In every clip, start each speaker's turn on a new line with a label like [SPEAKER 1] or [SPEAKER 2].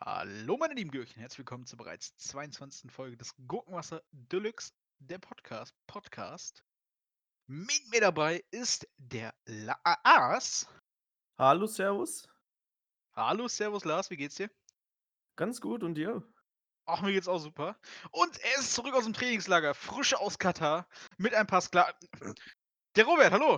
[SPEAKER 1] Hallo meine lieben Gürkchen, herzlich willkommen zur bereits 22. Folge des Gurkenwasser Deluxe, der Podcast. Mit mir dabei ist der Lars.
[SPEAKER 2] Hallo, Servus.
[SPEAKER 1] Hallo, Servus Lars, wie geht's dir?
[SPEAKER 2] Ganz gut und dir?
[SPEAKER 1] Ach, mir geht's auch super. Und er ist zurück aus dem Trainingslager, frisch aus Katar, mit ein paar Sklaven. Der Robert, hallo.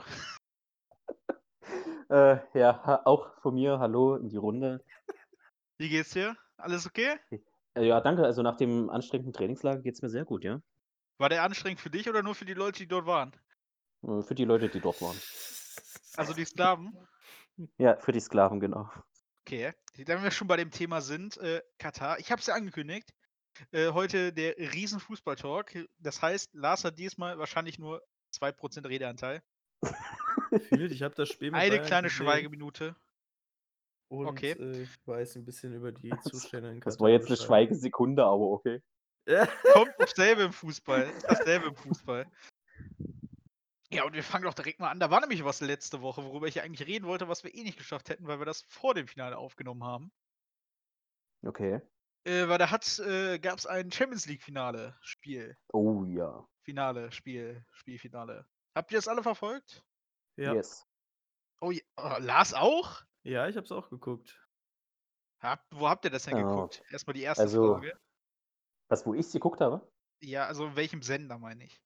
[SPEAKER 3] Ja, auch von mir hallo in die Runde.
[SPEAKER 1] Wie geht's dir? Alles okay?
[SPEAKER 3] Ja, danke. Also nach dem anstrengenden Trainingslager geht's mir sehr gut, ja.
[SPEAKER 1] War der anstrengend für dich oder nur für die Leute, die dort waren?
[SPEAKER 3] Für die Leute, die dort waren.
[SPEAKER 1] Also die Sklaven?
[SPEAKER 3] Ja, für die Sklaven, genau.
[SPEAKER 1] Okay, wenn wir schon bei dem Thema sind, Katar. Ich habe es ja angekündigt. Heute der Riesen-Fußball-Talk. Das heißt, Lars hat diesmal wahrscheinlich nur 2% Redeanteil.
[SPEAKER 2] Gefühlt, ich habe das Spiel mit
[SPEAKER 1] Eine
[SPEAKER 2] Bayern
[SPEAKER 1] kleine
[SPEAKER 2] gesehen
[SPEAKER 1] Schweigeminute.
[SPEAKER 2] und,
[SPEAKER 1] Okay.
[SPEAKER 2] ich weiß ein bisschen über die
[SPEAKER 3] Das,
[SPEAKER 2] Zustände in
[SPEAKER 3] das war
[SPEAKER 2] Katar
[SPEAKER 3] jetzt eine
[SPEAKER 2] Bescheid.
[SPEAKER 3] Schweigesekunde, aber okay.
[SPEAKER 1] Kommt dasselbe im Fußball. Ist dasselbe im Fußball. Ja, und wir fangen doch direkt mal an. Da war nämlich was letzte Woche, worüber ich ja eigentlich reden wollte, was wir eh nicht geschafft hätten, weil wir das vor dem Finale aufgenommen haben.
[SPEAKER 3] Okay.
[SPEAKER 1] Weil da gab es ein Champions League-Finale-Spiel.
[SPEAKER 3] Oh ja.
[SPEAKER 1] Spielfinale. Habt ihr das alle verfolgt?
[SPEAKER 2] Ja.
[SPEAKER 3] Yes.
[SPEAKER 1] Oh, Lars auch?
[SPEAKER 2] Ja, ich habe es auch geguckt.
[SPEAKER 1] Wo habt ihr das denn
[SPEAKER 3] Äh,
[SPEAKER 1] geguckt? Erstmal die erste
[SPEAKER 3] also,
[SPEAKER 1] Frage.
[SPEAKER 3] wo ich geguckt habe?
[SPEAKER 1] Ja, also in welchem Sender meine ich?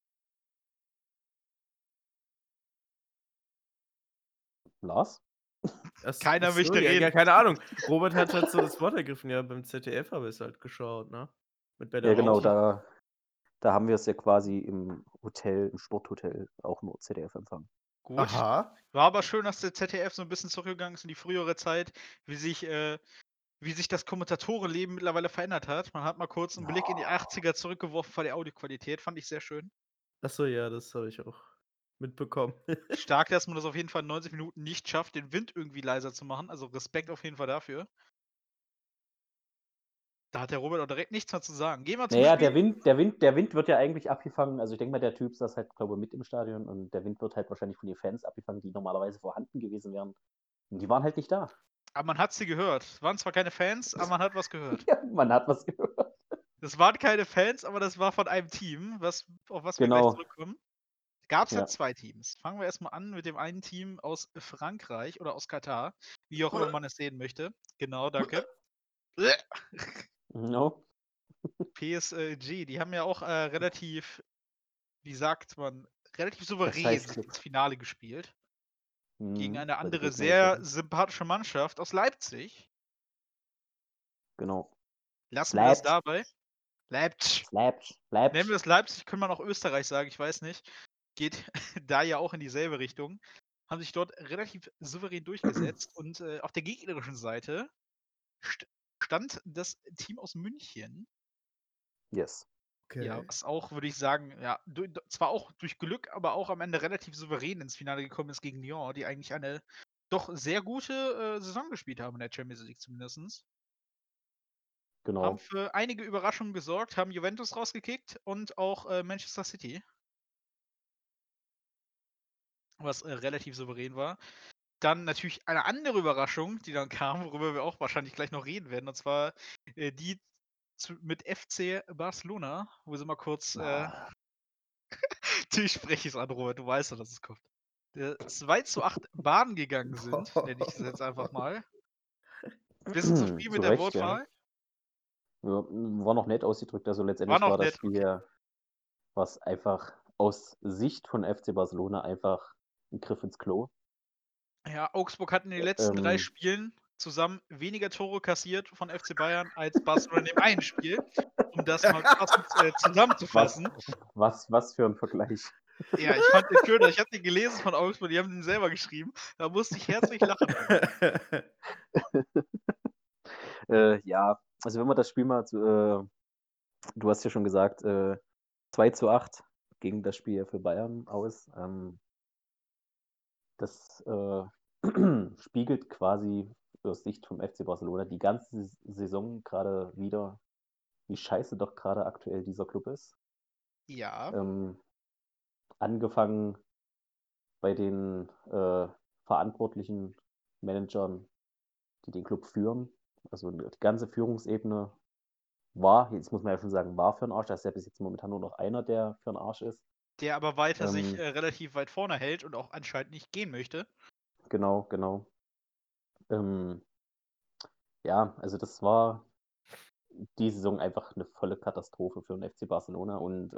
[SPEAKER 3] Lars?
[SPEAKER 2] Ach
[SPEAKER 1] Keiner
[SPEAKER 2] so,
[SPEAKER 1] möchte
[SPEAKER 2] ja,
[SPEAKER 1] reden.
[SPEAKER 2] keine Ahnung. Robert hat halt so das Wort ergriffen. Ja, beim ZDF habe ich's halt geschaut, ne? Bei
[SPEAKER 3] Ja,
[SPEAKER 2] der
[SPEAKER 3] genau,
[SPEAKER 2] Regie.
[SPEAKER 3] da haben wir es ja quasi im Sporthotel, auch nur ZDF-Empfang.
[SPEAKER 1] Gut.
[SPEAKER 2] Aha.
[SPEAKER 1] War aber schön, dass der ZDF so ein bisschen zurückgegangen ist in die frühere Zeit, wie sich das Kommentatorenleben mittlerweile verändert hat. Man hat mal kurz einen Blick in die 80er zurückgeworfen vor der Audioqualität, fand ich sehr schön.
[SPEAKER 2] Ach so, ja, das habe ich auch mitbekommen.
[SPEAKER 1] Stark, dass man das auf jeden Fall in 90 Minuten nicht schafft, den Wind irgendwie leiser zu machen. Also Respekt auf jeden Fall dafür. Da hat der Robert auch direkt nichts mehr zu sagen. Gehen wir zum
[SPEAKER 3] Naja,
[SPEAKER 1] Spiel.
[SPEAKER 3] der Wind wird ja eigentlich abgefangen. Also ich denke mal, der Typ saß halt, glaube ich, mit im Stadion und der Wind wird halt wahrscheinlich von den Fans abgefangen, die normalerweise vorhanden gewesen wären. Und die waren halt nicht da.
[SPEAKER 1] Aber man hat sie gehört. Waren zwar keine Fans, aber man hat was gehört.
[SPEAKER 3] Ja, man hat was gehört.
[SPEAKER 1] Das waren keine Fans, aber das war von einem Team, auf was wir gleich
[SPEAKER 3] Genau,
[SPEAKER 1] zurückkommen. Gab es ja
[SPEAKER 3] ja.
[SPEAKER 1] 2 Teams. Fangen wir erst mal an mit dem einen Team aus Frankreich oder aus Katar, wie auch immer man es sehen möchte. Genau, danke.
[SPEAKER 3] No.
[SPEAKER 1] PSG, die haben ja auch, relativ, wie sagt man, relativ
[SPEAKER 3] Das
[SPEAKER 1] souverän sich ins
[SPEAKER 3] Scheißglück.
[SPEAKER 1] Finale gespielt gegen eine
[SPEAKER 3] Bei der
[SPEAKER 1] andere
[SPEAKER 3] gegnerischen
[SPEAKER 1] sehr
[SPEAKER 3] Seite.
[SPEAKER 1] sympathische Mannschaft aus Leipzig.
[SPEAKER 3] Genau.
[SPEAKER 1] Lassen wir das
[SPEAKER 3] Leipzig.
[SPEAKER 1] dabei. Leipzig.
[SPEAKER 3] Leipzig.
[SPEAKER 1] Nennen wir
[SPEAKER 3] Leipzig.
[SPEAKER 1] es Leipzig, können man auch Österreich sagen, ich weiß nicht. Geht da ja auch in dieselbe Richtung. Haben sich dort relativ souverän durchgesetzt und, auf der gegnerischen Seite st stand das Team aus München.
[SPEAKER 3] Yes.
[SPEAKER 1] Ja,
[SPEAKER 2] Okay.
[SPEAKER 1] was auch, würde ich sagen, ja, zwar auch durch Glück, aber auch am Ende relativ souverän ins Finale gekommen ist gegen Lyon, die eigentlich eine doch sehr gute, Saison gespielt haben in der Champions League zumindest. Haben
[SPEAKER 3] Genau.
[SPEAKER 1] für einige Überraschungen gesorgt, haben Juventus rausgekickt und auch, Manchester City, was, relativ souverän war. Dann natürlich eine andere Überraschung, die dann kam, worüber wir auch wahrscheinlich gleich noch reden werden, und zwar, die mit FC Barcelona, wo sie mal kurz,
[SPEAKER 3] Ah.
[SPEAKER 1] natürlich spreche ich es an, Robert, du weißt doch, dass es kommt. 2:8 Bahn gegangen sind, nenne ich es jetzt einfach mal. Bist du zufrieden
[SPEAKER 3] Zu
[SPEAKER 1] mit der
[SPEAKER 3] Recht, ja.
[SPEAKER 1] Wortwahl?
[SPEAKER 3] Ja, war noch nett ausgedrückt. Also
[SPEAKER 1] War
[SPEAKER 3] letztendlich
[SPEAKER 1] noch
[SPEAKER 3] war das
[SPEAKER 1] nett,
[SPEAKER 3] Spiel
[SPEAKER 1] okay.
[SPEAKER 3] ja, was einfach aus Sicht von FC Barcelona einfach ein Griff ins Klo.
[SPEAKER 1] Ja, Augsburg hat in den letzten 3
[SPEAKER 3] Ähm,
[SPEAKER 1] Spielen zusammen weniger Tore kassiert von FC Bayern als Barcelona in dem einen Spiel, um das mal passend,
[SPEAKER 3] was,
[SPEAKER 1] zusammenzufassen.
[SPEAKER 3] was für ein Vergleich.
[SPEAKER 1] Ja, ich fand den schön. Ich habe den gelesen von Augsburg, die haben den selber geschrieben. Da musste ich herzlich lachen drüber.
[SPEAKER 3] Ja, also wenn man das Spiel mal, du hast ja schon gesagt, 2:8 ging das Spiel ja für Bayern aus. Das spiegelt quasi aus Sicht vom FC Barcelona die ganze Saison gerade wieder, wie scheiße doch gerade aktuell dieser Club ist.
[SPEAKER 1] Ja,
[SPEAKER 3] Ähm, Angefangen bei den verantwortlichen Managern, die den Club führen. Also die ganze Führungsebene war, jetzt muss man ja schon sagen, war für den Arsch. Da ist ja bis jetzt momentan nur noch einer, der für den Arsch ist.
[SPEAKER 1] Der aber weiter sich
[SPEAKER 3] Ähm,
[SPEAKER 1] relativ weit vorne hält und auch anscheinend nicht gehen möchte.
[SPEAKER 3] genau, genau. Ähm, ja, also das war die Saison einfach eine volle Katastrophe für den FC Barcelona und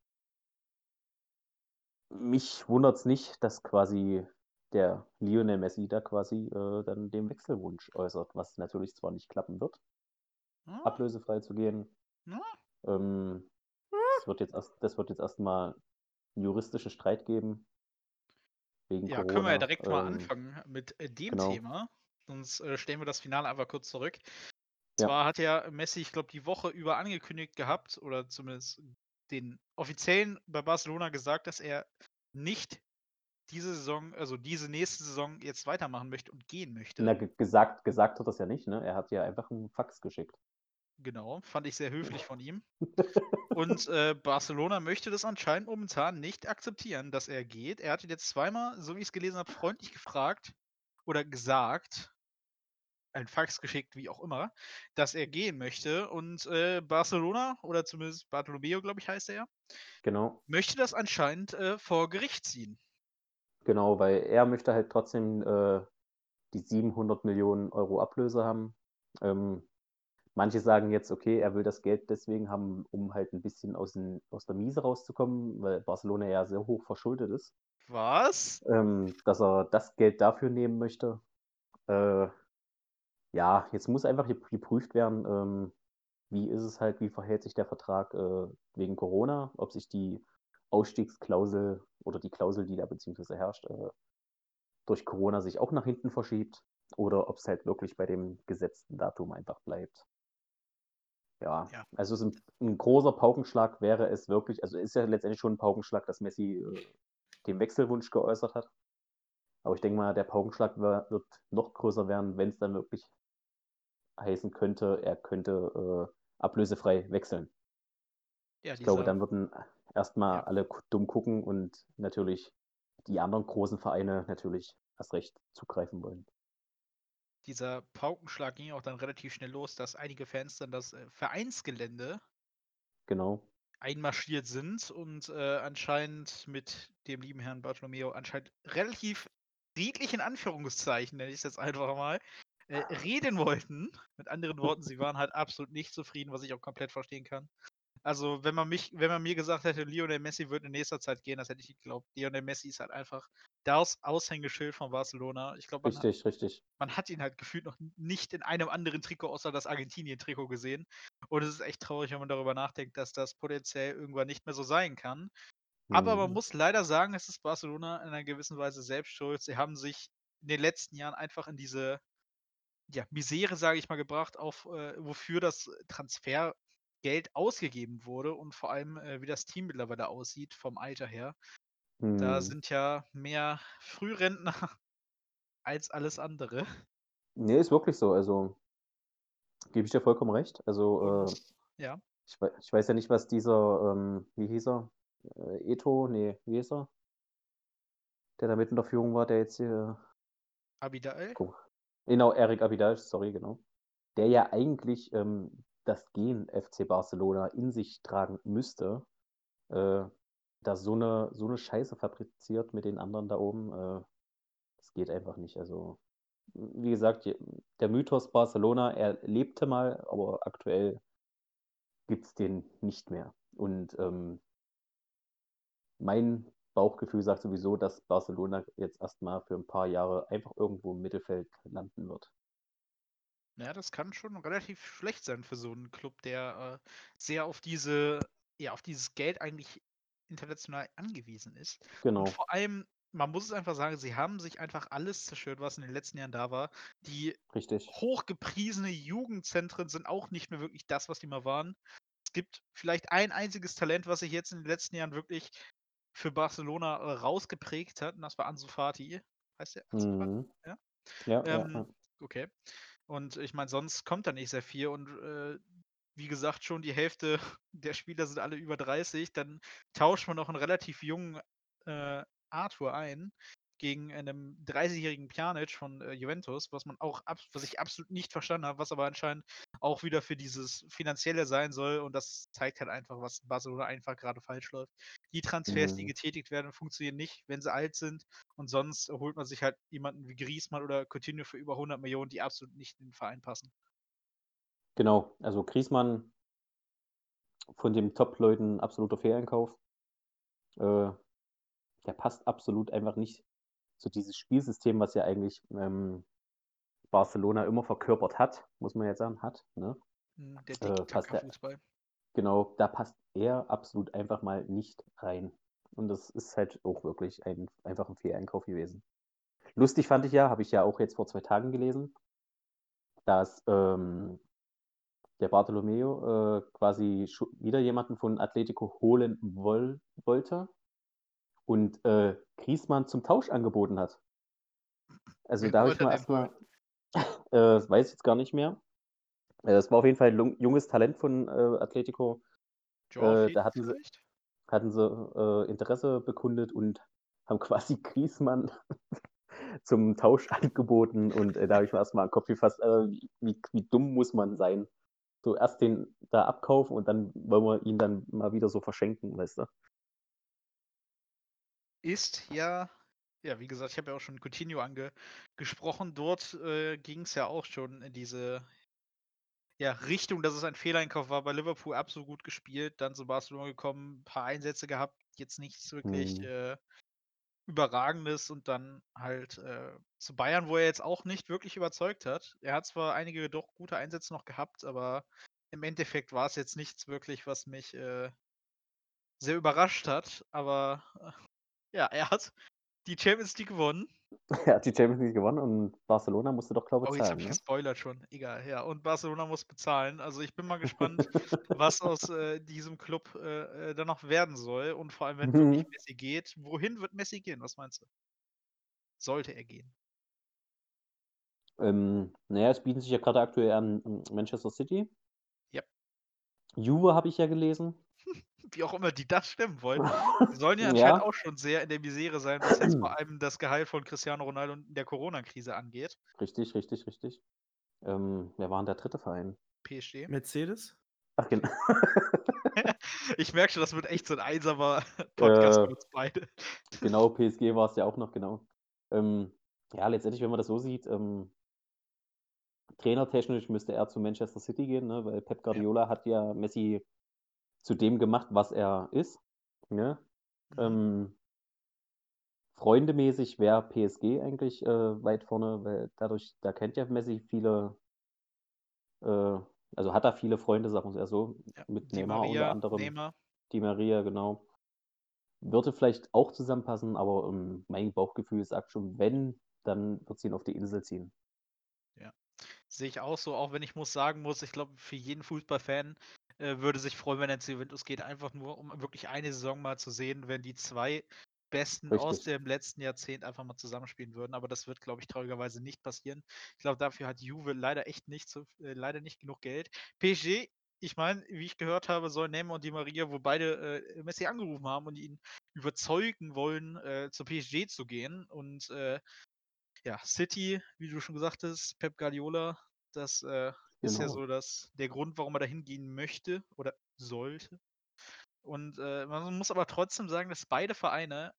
[SPEAKER 3] mich wundert es nicht, dass quasi der Lionel Messi da quasi dann den Wechselwunsch äußert, was natürlich zwar nicht klappen wird,
[SPEAKER 1] Hm?
[SPEAKER 3] ablösefrei zu gehen.
[SPEAKER 1] Hm?
[SPEAKER 3] Ähm, das wird jetzt erstmal einen juristischen Streit geben wegen
[SPEAKER 1] Ja, können wir ja
[SPEAKER 3] Corona.
[SPEAKER 1] direkt mal anfangen mit dem
[SPEAKER 3] Genau.
[SPEAKER 1] Thema. Sonst stellen wir das Finale einfach kurz zurück.
[SPEAKER 3] Ja,
[SPEAKER 1] Zwar hat ja Messi, ich glaube, die Woche über angekündigt gehabt, oder zumindest den Offiziellen bei Barcelona gesagt, dass er nicht diese Saison, also diese nächste Saison jetzt weitermachen möchte und gehen möchte.
[SPEAKER 3] na, gesagt hat er das ja nicht, ne? Er hat ja einfach einen Fax geschickt.
[SPEAKER 1] Genau, fand ich sehr höflich von ihm. Und Barcelona möchte das anscheinend momentan nicht akzeptieren, dass er geht. Er hat ihn jetzt zweimal, so wie ich es gelesen habe, freundlich gefragt oder gesagt, ein Fax geschickt, wie auch immer, dass er gehen möchte. Und Barcelona, oder zumindest Bartolomeo, glaube ich, heißt er,
[SPEAKER 3] Genau,
[SPEAKER 1] möchte das anscheinend vor Gericht ziehen.
[SPEAKER 3] genau, weil er möchte halt trotzdem die 700 Millionen Euro Ablöse haben. Ähm, manche sagen jetzt, okay, er will das Geld deswegen haben, um halt ein bisschen aus der Miese rauszukommen, weil Barcelona ja sehr hoch verschuldet ist.
[SPEAKER 1] Was?
[SPEAKER 3] Dass er das Geld dafür nehmen möchte. Äh, ja, jetzt muss einfach geprüft werden, wie ist es halt, wie verhält sich der Vertrag wegen Corona, ob sich die Ausstiegsklausel oder die Klausel, die da beziehungsweise herrscht, durch Corona sich auch nach hinten verschiebt oder ob es halt wirklich bei dem gesetzten Datum einfach bleibt. Ja,
[SPEAKER 1] Ja,
[SPEAKER 3] also es ist ein großer Paukenschlag wäre es wirklich, also ist ja letztendlich schon ein Paukenschlag, dass Messi den Wechselwunsch geäußert hat. Aber ich denke mal, der Paukenschlag wird noch größer werden, wenn es dann wirklich heißen könnte, er könnte ablösefrei wechseln.
[SPEAKER 1] ja,
[SPEAKER 3] Ich glaube,
[SPEAKER 1] dieser,
[SPEAKER 3] dann würden erstmal
[SPEAKER 1] ja,
[SPEAKER 3] alle dumm gucken und natürlich die anderen großen Vereine natürlich erst recht zugreifen wollen.
[SPEAKER 1] dieser Paukenschlag ging auch dann relativ schnell los, dass einige Fans dann das Vereinsgelände
[SPEAKER 3] Genau.
[SPEAKER 1] einmarschiert sind und anscheinend mit dem lieben Herrn Bartolomeo anscheinend relativ friedlich in Anführungszeichen, nenne ich es jetzt einfach mal, reden wollten. Mit anderen Worten, sie waren halt absolut nicht zufrieden, was ich auch komplett verstehen kann. Also, wenn man mir gesagt hätte, Lionel Messi wird in nächster Zeit gehen, das hätte ich nicht geglaubt. Lionel Messi ist halt einfach das Aushängeschild von Barcelona. Ich glaube,
[SPEAKER 3] Richtig, richtig.
[SPEAKER 1] man hat ihn halt gefühlt noch nicht in einem anderen Trikot außer das Argentinien-Trikot gesehen. Und es ist echt traurig, wenn man darüber nachdenkt, dass das potenziell irgendwann nicht mehr so sein kann. Aber man
[SPEAKER 3] Mhm.
[SPEAKER 1] muss leider sagen, es ist Barcelona in einer gewissen Weise selbst schuld. Sie haben sich in den letzten Jahren einfach in diese, ja, Misere, sage ich mal, gebracht, auf wofür das Transfergeld ausgegeben wurde und vor allem, wie das Team mittlerweile aussieht vom Alter her. Da
[SPEAKER 3] Mhm.
[SPEAKER 1] sind ja mehr Frührentner als alles andere.
[SPEAKER 3] Nee, ist wirklich so. Also gebe ich dir vollkommen recht. Also
[SPEAKER 1] Und ja,
[SPEAKER 3] ich weiß ja nicht, was dieser, wie hieß er? Eto? Nee, wie hieß er? Der da mit in der Führung war, der jetzt hier.
[SPEAKER 1] Abidal.
[SPEAKER 3] Guck. Genau, Eric Abidal, sorry, genau. Der ja eigentlich das Gen FC Barcelona in sich tragen müsste, äh, da so eine Scheiße fabriziert mit den anderen da oben, das geht einfach nicht. Also, wie gesagt, der Mythos Barcelona, er lebte mal, aber aktuell gibt es den nicht mehr. Und mein Bauchgefühl sagt sowieso, dass Barcelona jetzt erstmal für ein paar Jahre einfach irgendwo im Mittelfeld landen wird.
[SPEAKER 1] Ja, das kann schon relativ schlecht sein für so einen Club, der sehr auf diese, ja, auf dieses Geld eigentlich international angewiesen ist. Und
[SPEAKER 3] Genau,
[SPEAKER 1] vor allem, man muss es einfach sagen, sie haben sich einfach alles zerstört, was in den letzten Jahren da war. Die
[SPEAKER 3] richtig.
[SPEAKER 1] hochgepriesene Jugendzentren sind auch nicht mehr wirklich das, was die mal waren. Es gibt vielleicht ein einziges Talent, was sich jetzt in den letzten Jahren wirklich für Barcelona rausgeprägt hat, und das war Ansu Fati. Heißt der Ansu Fati?
[SPEAKER 3] Mhm.
[SPEAKER 1] Ja.
[SPEAKER 3] Ja, ja,
[SPEAKER 1] Ähm,
[SPEAKER 3] ja.
[SPEAKER 1] okay. Und ich meine, sonst kommt da nicht sehr viel. Und wie gesagt, schon die Hälfte der Spieler sind alle über 30. Dann tauscht man noch einen relativ jungen äh, Arthur ein gegen einem 30-jährigen Pjanic von Juventus, was ich absolut nicht verstanden habe, was aber anscheinend auch wieder für dieses Finanzielle sein soll. Und das zeigt halt einfach, was in Barcelona einfach gerade falsch läuft. Die Transfers, die
[SPEAKER 3] Mhm.
[SPEAKER 1] getätigt werden, funktionieren nicht, wenn sie alt sind. Und sonst holt man sich halt jemanden wie Griezmann oder Coutinho für über 100 Millionen, die absolut nicht in den Verein passen.
[SPEAKER 3] Genau, also Griezmann von den Top-Leuten absoluter Fehleinkauf. Der passt absolut einfach nicht zu dieses Spielsystem, was ja eigentlich Barcelona immer verkörpert hat, muss man jetzt sagen, hat. Ne?
[SPEAKER 1] Der
[SPEAKER 3] Passt er,
[SPEAKER 1] Tiki-Taka-Fußball.
[SPEAKER 3] genau, da passt er absolut einfach mal nicht rein. Und das ist halt auch wirklich einfach ein Fehleinkauf gewesen. Lustig fand ich ja, habe ich ja auch jetzt vor 2 Tagen gelesen, dass der Bartomeu quasi wieder jemanden von Atletico holen wollte und Griezmann zum Tausch angeboten hat. Also
[SPEAKER 1] Wen
[SPEAKER 3] da habe ich
[SPEAKER 1] wollte er
[SPEAKER 3] mal
[SPEAKER 1] denn holen?
[SPEAKER 3] erstmal, das weiß ich jetzt gar nicht mehr. Es war auf jeden Fall ein junges Talent von Atletico.
[SPEAKER 1] Joao
[SPEAKER 3] Da
[SPEAKER 1] Felix
[SPEAKER 3] hatten sie,
[SPEAKER 1] vielleicht?
[SPEAKER 3] Interesse bekundet und haben quasi Griezmann zum Tausch angeboten. Und da habe ich mir erstmal den Kopf gefasst, wie dumm muss man sein? So erst den da abkaufen und dann wollen wir ihn dann mal wieder so verschenken, weißt du?
[SPEAKER 1] Ist ja, wie gesagt, ich habe ja auch schon Coutinho angesprochen. Dort ging es ja auch schon in diese Richtung, dass es ein Fehleinkauf war. Bei Liverpool absolut gut gespielt, dann zu Barcelona gekommen, ein paar Einsätze gehabt, jetzt nichts wirklich
[SPEAKER 3] Hm,
[SPEAKER 1] Überragendes und dann halt zu Bayern, wo er jetzt auch nicht wirklich überzeugt hat. Er hat zwar einige doch gute Einsätze noch gehabt, aber im Endeffekt war es jetzt nichts wirklich, was mich sehr überrascht hat. Aber er hat die Champions League gewonnen.
[SPEAKER 3] Er hat die Champions League gewonnen und Barcelona musste doch, glaube ich,
[SPEAKER 1] Oh, jetzt habe
[SPEAKER 3] zahlen,
[SPEAKER 1] ich
[SPEAKER 3] ne?
[SPEAKER 1] gespoilert schon. Egal, ja. Und Barcelona muss bezahlen. Also ich bin mal gespannt, was aus diesem Club dann noch werden soll. Und vor allem, wenn wirklich Messi geht. Wohin wird Messi gehen? Was meinst du? Sollte er gehen?
[SPEAKER 3] Naja, es bieten sich ja gerade aktuell an Manchester City.
[SPEAKER 1] Ja.
[SPEAKER 3] Juve habe ich ja gelesen.
[SPEAKER 1] Wie auch immer die das stemmen wollen. Die sollen ja anscheinend
[SPEAKER 3] Ja,
[SPEAKER 1] auch schon sehr in der Misere sein, was jetzt vor allem das Gehalt von Cristiano Ronaldo in der Corona-Krise angeht.
[SPEAKER 3] richtig, richtig, richtig. Wer war denn der dritte Verein?
[SPEAKER 1] PSG.
[SPEAKER 2] Mercedes?
[SPEAKER 3] Ach, genau.
[SPEAKER 1] Ich merke schon, das wird echt so ein einsamer Podcast für uns beide.
[SPEAKER 3] Genau, PSG war es ja auch noch, genau. Ja, letztendlich, wenn man das so sieht, trainertechnisch müsste er zu Manchester City gehen, ne? Weil Pep
[SPEAKER 1] Ja.
[SPEAKER 3] Guardiola hat ja Messi zu dem gemacht, was er ist. Ne?
[SPEAKER 1] Mhm.
[SPEAKER 3] Freundemäßig wäre PSG eigentlich weit vorne, weil da kennt ja Messi viele, also hat er viele Freunde, sagen wir es eher so,
[SPEAKER 1] Ja.
[SPEAKER 3] mit
[SPEAKER 1] Di
[SPEAKER 3] Neymar unter
[SPEAKER 1] Maria,
[SPEAKER 3] anderem,
[SPEAKER 1] Neymar.
[SPEAKER 3] Di Maria, genau. Würde vielleicht auch zusammenpassen, aber mein Bauchgefühl sagt schon, wenn, dann wird es ihn auf die Insel ziehen.
[SPEAKER 1] Ja. Sehe ich auch so, auch wenn ich sagen muss, ich glaube, für jeden Fußballfan würde sich freuen, wenn er zu Juventus geht, einfach nur, um wirklich eine Saison mal zu sehen, wenn die zwei Besten aus
[SPEAKER 3] Richtig.
[SPEAKER 1] dem letzten Jahrzehnt einfach mal zusammenspielen würden. Aber das wird, glaube ich, traurigerweise nicht passieren. Ich glaube, dafür hat Juve leider echt leider nicht genug Geld. PSG, ich meine, wie ich gehört habe, soll Neymar und Di Maria, wo beide Messi angerufen haben und ihn überzeugen wollen, zur PSG zu gehen. Und City, wie du schon gesagt hast, Pep Guardiola, das ist ja
[SPEAKER 3] Genau.
[SPEAKER 1] so der Grund, warum er dahin gehen möchte oder sollte. Und man muss aber trotzdem sagen, dass beide Vereine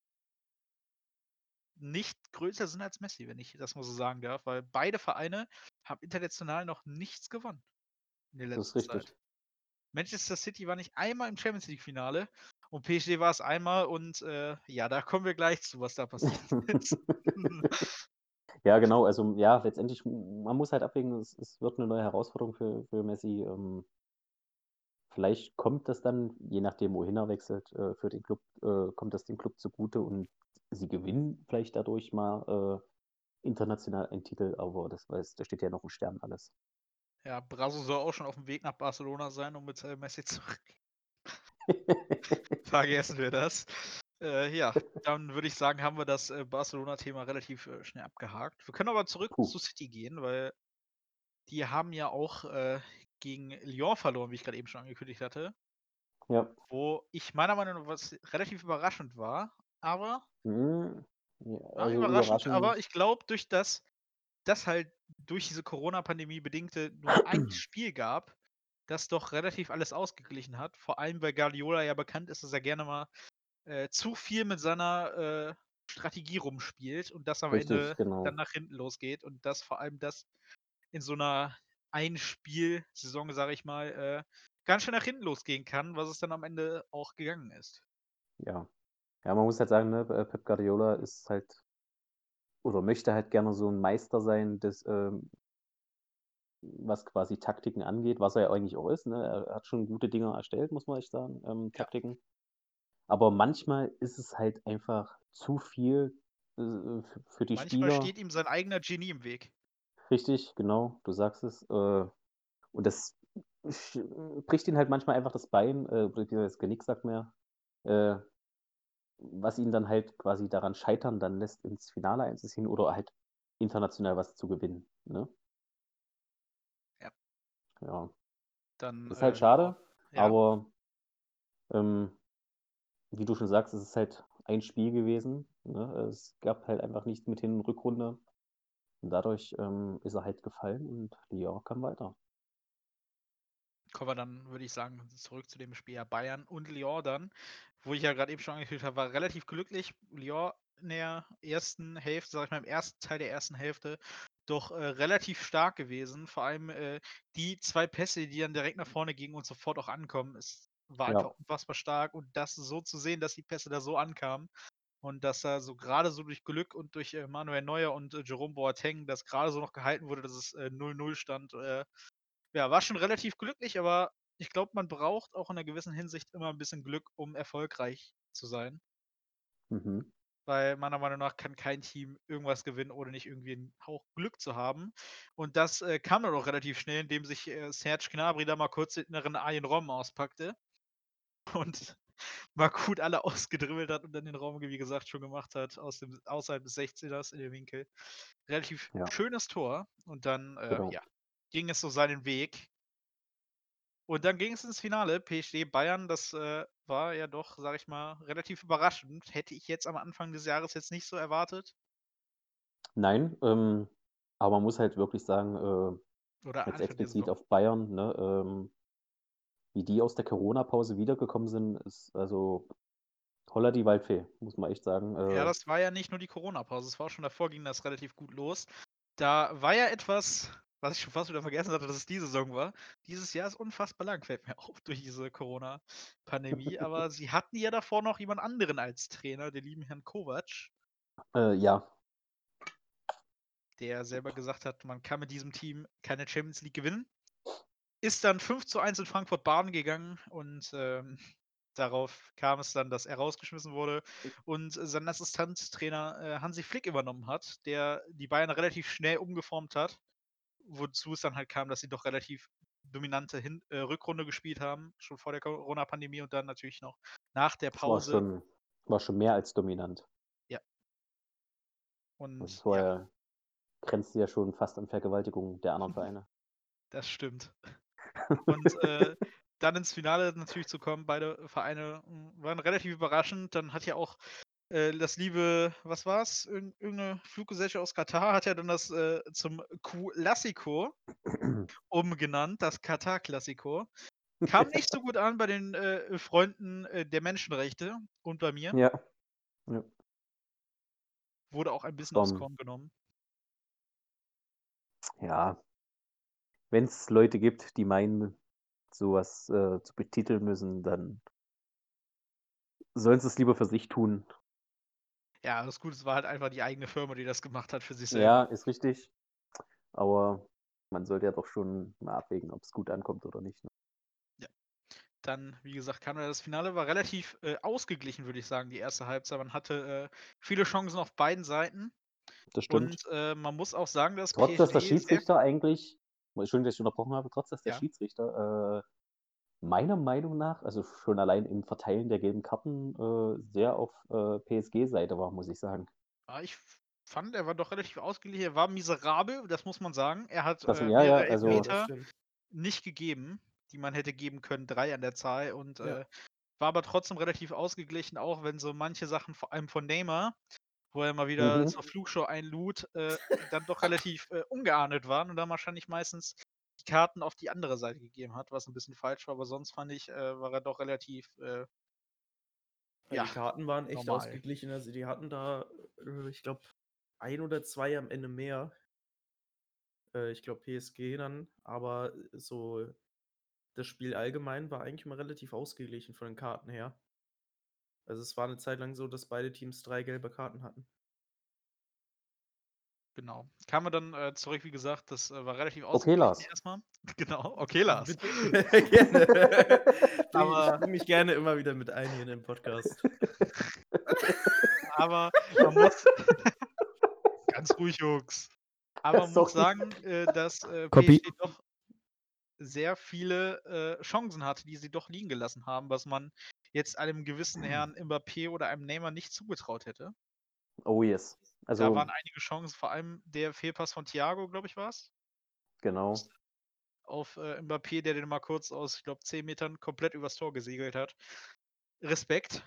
[SPEAKER 1] nicht größer sind als Messi, wenn ich das mal so sagen darf, weil beide Vereine haben international noch nichts gewonnen in der
[SPEAKER 3] Das ist
[SPEAKER 1] letzten
[SPEAKER 3] richtig.
[SPEAKER 1] Zeit. Manchester City war nicht einmal im Champions League-Finale und PSG war es einmal und da kommen wir gleich zu, was da passiert ist.
[SPEAKER 3] Ja, genau. Also ja, letztendlich, man muss halt abwägen, es wird eine neue Herausforderung für Messi. Vielleicht kommt das dann, je nachdem, wohin er wechselt, für den Club, kommt das dem Club zugute und sie gewinnen vielleicht dadurch mal international einen Titel, aber da steht ja noch ein Stern alles.
[SPEAKER 1] Ja, Brasso soll auch schon auf dem Weg nach Barcelona sein, um mit Messi zu vergessen wir das. Dann würde ich sagen, haben wir das Barcelona-Thema relativ schnell abgehakt. Wir können aber zurück
[SPEAKER 3] Puh,
[SPEAKER 1] zu City gehen, weil die haben ja auch gegen Lyon verloren, wie ich gerade eben schon angekündigt hatte,
[SPEAKER 3] ja.
[SPEAKER 1] wo ich meiner Meinung nach was relativ überraschend war, aber
[SPEAKER 3] Hm, Ja,
[SPEAKER 1] Ja,
[SPEAKER 3] also
[SPEAKER 1] überraschend, aber
[SPEAKER 3] überraschend.
[SPEAKER 1] ich glaube, durch das halt durch diese Corona-Pandemie bedingte nur ein Spiel gab, das doch relativ alles ausgeglichen hat. Vor allem, weil Guardiola ja bekannt ist, dass er gerne mal zu viel mit seiner Strategie rumspielt und das am
[SPEAKER 3] Richtig,
[SPEAKER 1] Ende dann
[SPEAKER 3] genau.
[SPEAKER 1] nach hinten losgeht und das vor allem das in so einer Ein-Spiel-Saison, sage ich mal, ganz schön nach hinten losgehen kann, was es dann am Ende auch gegangen ist.
[SPEAKER 3] Ja. Ja, man muss halt sagen, ne, Pep Guardiola ist halt oder möchte halt gerne so ein Meister sein des, was quasi Taktiken angeht, was er ja eigentlich auch ist, ne? Er hat schon gute Dinge erstellt, muss man echt sagen,
[SPEAKER 1] Ja.
[SPEAKER 3] Taktiken. Aber manchmal ist es halt einfach zu viel, für die
[SPEAKER 1] Manchmal
[SPEAKER 3] Spieler.
[SPEAKER 1] steht ihm sein eigener Genie im Weg.
[SPEAKER 3] Richtig, genau, du sagst es. Und das sch bricht ihm halt manchmal einfach das Bein, beziehungsweise das Genick, sagt man ja, was ihn dann halt quasi daran scheitern dann lässt, ins Finale einzuziehen oder halt international was zu gewinnen, ne?
[SPEAKER 1] Ja.
[SPEAKER 3] Ja,
[SPEAKER 1] Dann,
[SPEAKER 3] ist halt
[SPEAKER 1] ja.
[SPEAKER 3] schade, aber, ähm, wie du schon sagst, es ist halt ein Spiel gewesen, ne? Es gab halt einfach nichts mit Hin und Rückrunde und dadurch, ist er halt gefallen und Lyon kam weiter.
[SPEAKER 1] Kommen wir dann, würde ich sagen, zurück zu dem Spiel, ja, Bayern und Lyon dann, wo ich ja gerade eben schon angekündigt habe, war relativ glücklich. Lyon in der ersten Hälfte, sag ich mal, im ersten Teil der ersten Hälfte doch relativ stark gewesen. Vor allem die 2 Pässe, die dann direkt nach vorne gingen und sofort auch ankommen. Es war einfach
[SPEAKER 3] Ja,
[SPEAKER 1] unfassbar stark und das so zu sehen, dass die Pässe da so ankamen und dass da so gerade so durch Glück und durch Manuel Neuer und Jerome Boateng das gerade so noch gehalten wurde, dass es 0-0 stand. Ja, war schon relativ glücklich, aber ich glaube, man braucht auch in 'ner gewissen Hinsicht immer 'n bisschen Glück, um erfolgreich zu sein.
[SPEAKER 3] mhm.
[SPEAKER 1] Weil meiner Meinung nach kann kein Team irgendwas gewinnen, ohne nicht irgendwie 'n Hauch Glück zu haben. Und das kam dann auch relativ schnell, indem sich Serge Gnabry da mal kurz den inneren Arjen Robben auspackte und mal gut alle ausgedribbelt hat und dann den Raum, wie gesagt, schon gemacht hat aus dem außerhalb des 16ers in den Winkel. Relativ
[SPEAKER 3] Ja,
[SPEAKER 1] schönes Tor und dann,
[SPEAKER 3] genau.
[SPEAKER 1] ja, ging es so seinen Weg. Und dann ging es ins Finale, PSG Bayern, das war ja doch, sage ich mal, relativ überraschend. Hätte ich jetzt am Anfang des Jahres jetzt nicht so erwartet
[SPEAKER 3] Nein, aber man muss halt wirklich sagen,
[SPEAKER 1] oder
[SPEAKER 3] jetzt
[SPEAKER 1] Anfang der
[SPEAKER 3] explizit
[SPEAKER 1] Saison.
[SPEAKER 3] auf Bayern, ne, wie die aus der Corona-Pause wiedergekommen sind, ist also Holla die Waldfee, muss man echt sagen.
[SPEAKER 1] Ja, das war ja nicht nur die Corona-Pause, es war auch schon davor ging das relativ gut los. Da war ja etwas, was ich schon fast wieder vergessen hatte, dass es diese Saison war. Dieses Jahr ist unfassbar lang, fällt mir auf, durch diese Corona-Pandemie. Aber sie hatten ja davor noch jemand anderen als Trainer, den lieben Herrn Kovac,
[SPEAKER 3] Ja,
[SPEAKER 1] der selber gesagt hat, man kann mit diesem Team keine Champions League gewinnen. Ist dann 5:1 in Frankfurt baden gegangen und darauf kam es dann, dass er rausgeschmissen wurde und sein Assistenztrainer Hansi Flick übernommen hat, der die Bayern relativ schnell umgeformt hat, wozu es dann halt kam, dass sie doch relativ dominante Rückrunde gespielt haben, schon vor der Corona-Pandemie und dann natürlich noch nach der
[SPEAKER 3] das war
[SPEAKER 1] Pause.
[SPEAKER 3] schon mehr als dominant.
[SPEAKER 1] Ja,
[SPEAKER 3] Also,
[SPEAKER 1] und
[SPEAKER 3] es war
[SPEAKER 1] ja,
[SPEAKER 3] ja grenzte ja schon fast an Vergewaltigung der anderen Vereine.
[SPEAKER 1] das stimmt. Und dann ins Finale natürlich zu kommen, beide Vereine waren relativ überraschend. Dann hat ja auch das liebe, was war's? Irgend 'ne Fluggesellschaft aus Katar hat ja dann das zum Classico umgenannt, das Katar Classico. Kam nicht so gut an bei den Freunden der Menschenrechte und bei mir.
[SPEAKER 3] Ja, ja.
[SPEAKER 1] Wurde auch ein
[SPEAKER 3] Das
[SPEAKER 1] bisschen
[SPEAKER 3] war
[SPEAKER 1] aufs Korn genommen.
[SPEAKER 3] ja, wenn's Leute gibt, die meinen, so was, zu betiteln müssen, dann sollen sie's lieber für sich tun.
[SPEAKER 1] Ja, das Gute, es war halt einfach die eigene Firma, die das gemacht hat für sich
[SPEAKER 3] Ja,
[SPEAKER 1] selber.
[SPEAKER 3] ist richtig, aber man sollte ja doch schon mal abwägen, ob's gut ankommt oder nicht, ne?
[SPEAKER 1] Ja. Dann, wie gesagt, kam da das Finale, war relativ ausgeglichen, würde ich sagen, die erste Halbzeit. Man hatte viele Chancen auf beiden Seiten.
[SPEAKER 3] Das stimmt.
[SPEAKER 1] Und man muss auch sagen, dass
[SPEAKER 3] Trotz dass der
[SPEAKER 1] PSG sehr
[SPEAKER 3] Schiedsrichter eigentlich Entschuldigung, dass ich unterbrochen habe, trotz dass der
[SPEAKER 1] ja,
[SPEAKER 3] Schiedsrichter, meiner Meinung nach, also schon allein im Verteilen der gelben Karten, sehr auf, PSG-Seite war, muss ich sagen.
[SPEAKER 1] ich fand, er war doch relativ ausgeglichen. Er war miserabel, das muss man sagen. Er hat
[SPEAKER 3] Das ja, ja,
[SPEAKER 1] mehrere
[SPEAKER 2] Ja,
[SPEAKER 3] also
[SPEAKER 2] das
[SPEAKER 1] Elfmeter
[SPEAKER 2] stimmt.
[SPEAKER 1] nicht gegeben, die man hätte geben können, 3 an der Zahl und
[SPEAKER 2] Ja.
[SPEAKER 1] war aber trotzdem relativ ausgeglichen, auch wenn so manche Sachen, vor allem von Neymar, wo er mal wieder
[SPEAKER 3] Mhm.
[SPEAKER 1] zur Flugshow einlud, dann doch relativ ungeahndet waren und dann wahrscheinlich meistens die Karten auf die andere Seite gegeben hat, was ein bisschen falsch war, aber sonst fand ich, war er doch relativ,
[SPEAKER 2] Ja,
[SPEAKER 1] ja,
[SPEAKER 2] die Karten waren echt
[SPEAKER 1] normal.
[SPEAKER 2] ausgeglichen. Also die hatten da, ich glaube, 1 oder 2 am Ende mehr. Ich glaube PSG dann, aber so das Spiel allgemein war eigentlich mal relativ ausgeglichen von den Karten her. Also es war eine Zeit lang so, dass beide Teams 3 gelbe Karten hatten.
[SPEAKER 1] Genau. Kamen wir dann zurück, wie gesagt, das war relativ
[SPEAKER 3] Okay,
[SPEAKER 1] ausgeglichen
[SPEAKER 3] Lars.
[SPEAKER 1] erstmal. Genau, okay, Lars.
[SPEAKER 2] Bitte, gerne. Ich
[SPEAKER 1] Aber
[SPEAKER 2] bringe mich gerne immer wieder mit ein hier in den Podcast.
[SPEAKER 1] aber man muss ganz ruhig, Jungs. Aber man muss
[SPEAKER 3] Sorry.
[SPEAKER 1] sagen, dass
[SPEAKER 2] Copy.
[SPEAKER 1] PSG doch sehr viele Chancen hatte, die sie doch liegen gelassen haben, was man jetzt einem gewissen Herrn Mbappé oder einem Neymar nicht zugetraut hätte.
[SPEAKER 3] Oh yes.
[SPEAKER 1] Da
[SPEAKER 3] Also,
[SPEAKER 1] waren einige Chancen, vor allem der Fehlpass von Thiago, glaube ich, war es,
[SPEAKER 3] genau.
[SPEAKER 1] auf Mbappé, der den mal kurz aus, ich glaube, 10 Metern komplett übers Tor gesegelt hat. Respekt.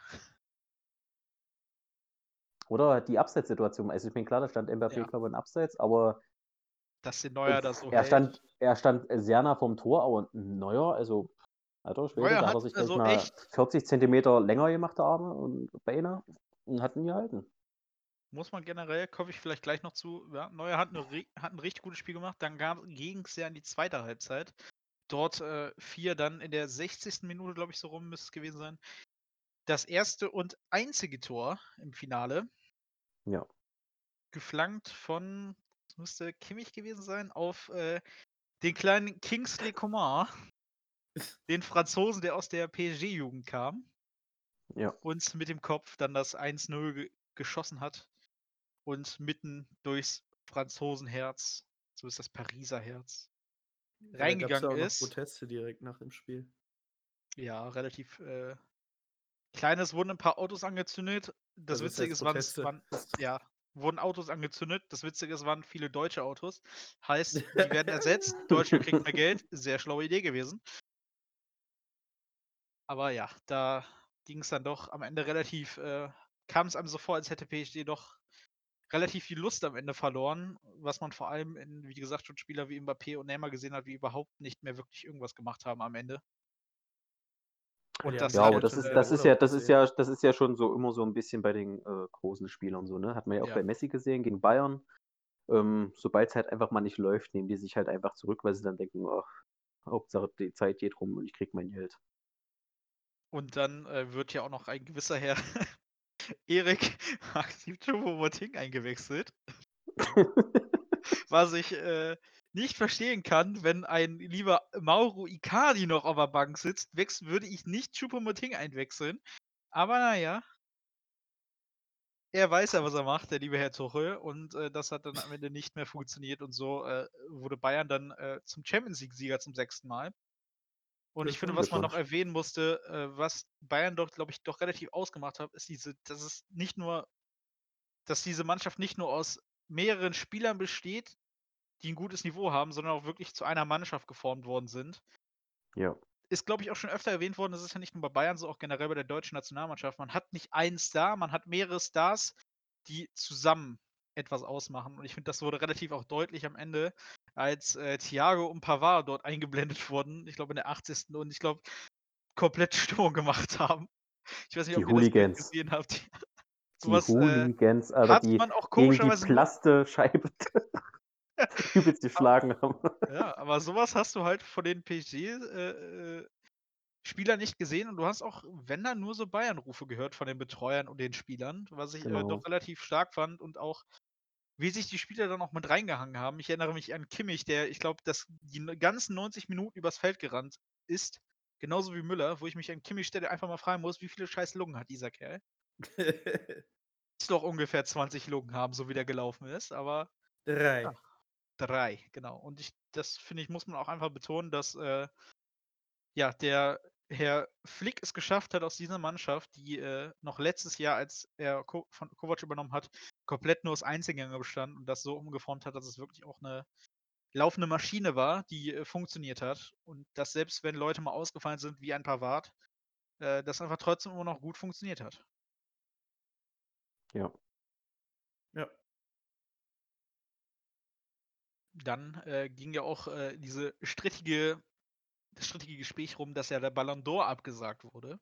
[SPEAKER 3] Oder die Abseitssituation. Also, ich bin klar, da stand Mbappé,
[SPEAKER 1] Ja,
[SPEAKER 3] glaube ich, im Abseits, aber
[SPEAKER 1] dass den Neuer da so
[SPEAKER 3] er
[SPEAKER 1] hält.
[SPEAKER 3] stand sehr nah vom Tor, aber Neuer, also, alter Schwede,
[SPEAKER 1] Neuer
[SPEAKER 3] da hat
[SPEAKER 1] hat
[SPEAKER 3] er sich gleich
[SPEAKER 1] also
[SPEAKER 3] mal
[SPEAKER 1] echt,
[SPEAKER 3] 40 Zentimeter länger gemacht, der Arme und Beine, und hat ihn gehalten.
[SPEAKER 1] muss man generell, komme ich vielleicht gleich noch zu, ja, Neuer hat ein richtig gutes Spiel gemacht, dann ging es ja in die zweite Halbzeit. Dort 4 dann in der 60. Minute, glaube ich, so rum müsste es gewesen sein. Das erste und einzige Tor im Finale,
[SPEAKER 3] Ja.
[SPEAKER 1] geflankt von, das müsste Kimmich gewesen sein, auf den kleinen Kingsley Coman, den Franzosen, der aus der PSG-Jugend kam
[SPEAKER 3] Ja.
[SPEAKER 1] und mit dem Kopf dann das 1:0 geschossen hat und mitten durchs Franzosenherz, so ist das Pariser Herz,
[SPEAKER 2] Ja, da gab es ja
[SPEAKER 1] reingegangen
[SPEAKER 2] auch noch
[SPEAKER 1] ist.
[SPEAKER 2] Proteste direkt nach dem Spiel.
[SPEAKER 1] Ja, relativ klein. Es wurden ein paar Autos angezündet. Das
[SPEAKER 2] Also was
[SPEAKER 1] Witzige
[SPEAKER 2] heißt
[SPEAKER 1] ist,
[SPEAKER 2] Proteste?
[SPEAKER 1] ja, wurden Autos angezündet. Das Witzige ist, waren viele deutsche Autos. Heißt, die werden ersetzt. Deutschland kriegt mehr Geld. Sehr schlaue Idee gewesen. Aber ja, da ging es dann doch am Ende relativ, kam es einem so vor, als hätte PSG doch relativ viel Lust am Ende verloren, was man vor allem in, wie gesagt, schon Spieler wie Mbappé und Neymar gesehen hat, die überhaupt nicht mehr wirklich irgendwas gemacht haben am Ende. Und
[SPEAKER 2] Die haben
[SPEAKER 1] das
[SPEAKER 3] Ja,
[SPEAKER 2] sich
[SPEAKER 3] aber
[SPEAKER 1] hat,
[SPEAKER 2] halt schon wieder im Urlaub gesehen.
[SPEAKER 3] das ist ja schon so immer so ein bisschen bei den, großen Spielern so, ne? Hat man ja auch
[SPEAKER 1] ja,
[SPEAKER 3] bei Messi gesehen gegen Bayern. Sobald's halt einfach mal nicht läuft, nehmen die sich halt einfach zurück, weil sie dann denken: „Ach, Hauptsache die Zeit geht rum und ich kriege mein Geld.“
[SPEAKER 1] und dann wird ja auch noch ein gewisser Herr Erik Maxim Choupo-Moting eingewechselt, was ich nicht verstehen kann, wenn ein lieber Mauro Icardi noch auf der Bank sitzt, würde ich nicht Choupo-Moting einwechseln. Aber naja, er weiß ja, was er macht, der liebe Herr Tuchel, und das hat dann am Ende nicht mehr funktioniert und so wurde Bayern dann zum Champions-League-Sieger zum 6. Mal. Und ich finde, was man noch
[SPEAKER 3] Glückwunsch.
[SPEAKER 1] erwähnen musste, was Bayern doch, glaube ich, doch relativ ausgemacht hat, ist dass diese Mannschaft nicht nur aus mehreren Spielern besteht, die ein gutes Niveau haben, sondern auch wirklich zu einer Mannschaft geformt worden sind.
[SPEAKER 3] Ja,
[SPEAKER 1] Ist, glaube ich, auch schon öfter erwähnt worden, das ist ja nicht nur bei Bayern so, auch generell bei der deutschen Nationalmannschaft. Man hat nicht einen Star, man hat mehrere Stars, die zusammen etwas ausmachen. Und ich finde, das wurde relativ auch deutlich am Ende, als Thiago und Pavard dort eingeblendet wurden, ich glaube in der 80. und ich glaube, komplett Stimmung gemacht haben. Ich weiß nicht,
[SPEAKER 3] die
[SPEAKER 1] ob ihr das Bild
[SPEAKER 3] Hooligans.
[SPEAKER 1] gesehen habt.
[SPEAKER 3] Die
[SPEAKER 1] Sowas
[SPEAKER 3] Hooligans, Alter,
[SPEAKER 1] hat
[SPEAKER 3] die
[SPEAKER 1] man auch
[SPEAKER 3] gegen die
[SPEAKER 1] komischerweise nur
[SPEAKER 3] Plaste-Scheibe übelst geschlagen haben.
[SPEAKER 1] ja, aber sowas hast du halt von den PSG Spielern nicht gesehen und du hast auch, wenn dann, nur so Bayern-Rufe gehört von den Betreuern und den Spielern, was ich doch
[SPEAKER 3] Genau.
[SPEAKER 1] relativ stark fand und auch, wie sich die Spieler dann auch mit reingehangen haben. Ich erinnere mich an Kimmich, der, ich glaube, die ganzen 90 Minuten übers Feld gerannt ist, genauso wie Müller, wo ich mich an Kimmich Stelle einfach mal fragen muss, wie viele scheiß Lungen hat dieser Kerl? Muss doch ungefähr 20 Lungen haben, so wie der gelaufen ist, aber ja,
[SPEAKER 2] 3.
[SPEAKER 1] 3, genau. Und das finde ich, muss man auch einfach betonen, dass ja, der Herr Flick es geschafft hat, aus dieser Mannschaft, die noch letztes Jahr, als er von Kovac übernommen hat, komplett nur aus Einzelgänger bestand und das so umgeformt hat, dass es wirklich auch eine laufende Maschine war, die funktioniert hat. Und dass selbst wenn Leute mal ausgefallen sind, wie ein Pavard, das einfach trotzdem immer noch gut funktioniert hat.
[SPEAKER 3] Ja.
[SPEAKER 1] dann ging ja auch das strittige Gespräch rum, dass ja der Ballon d'Or abgesagt wurde.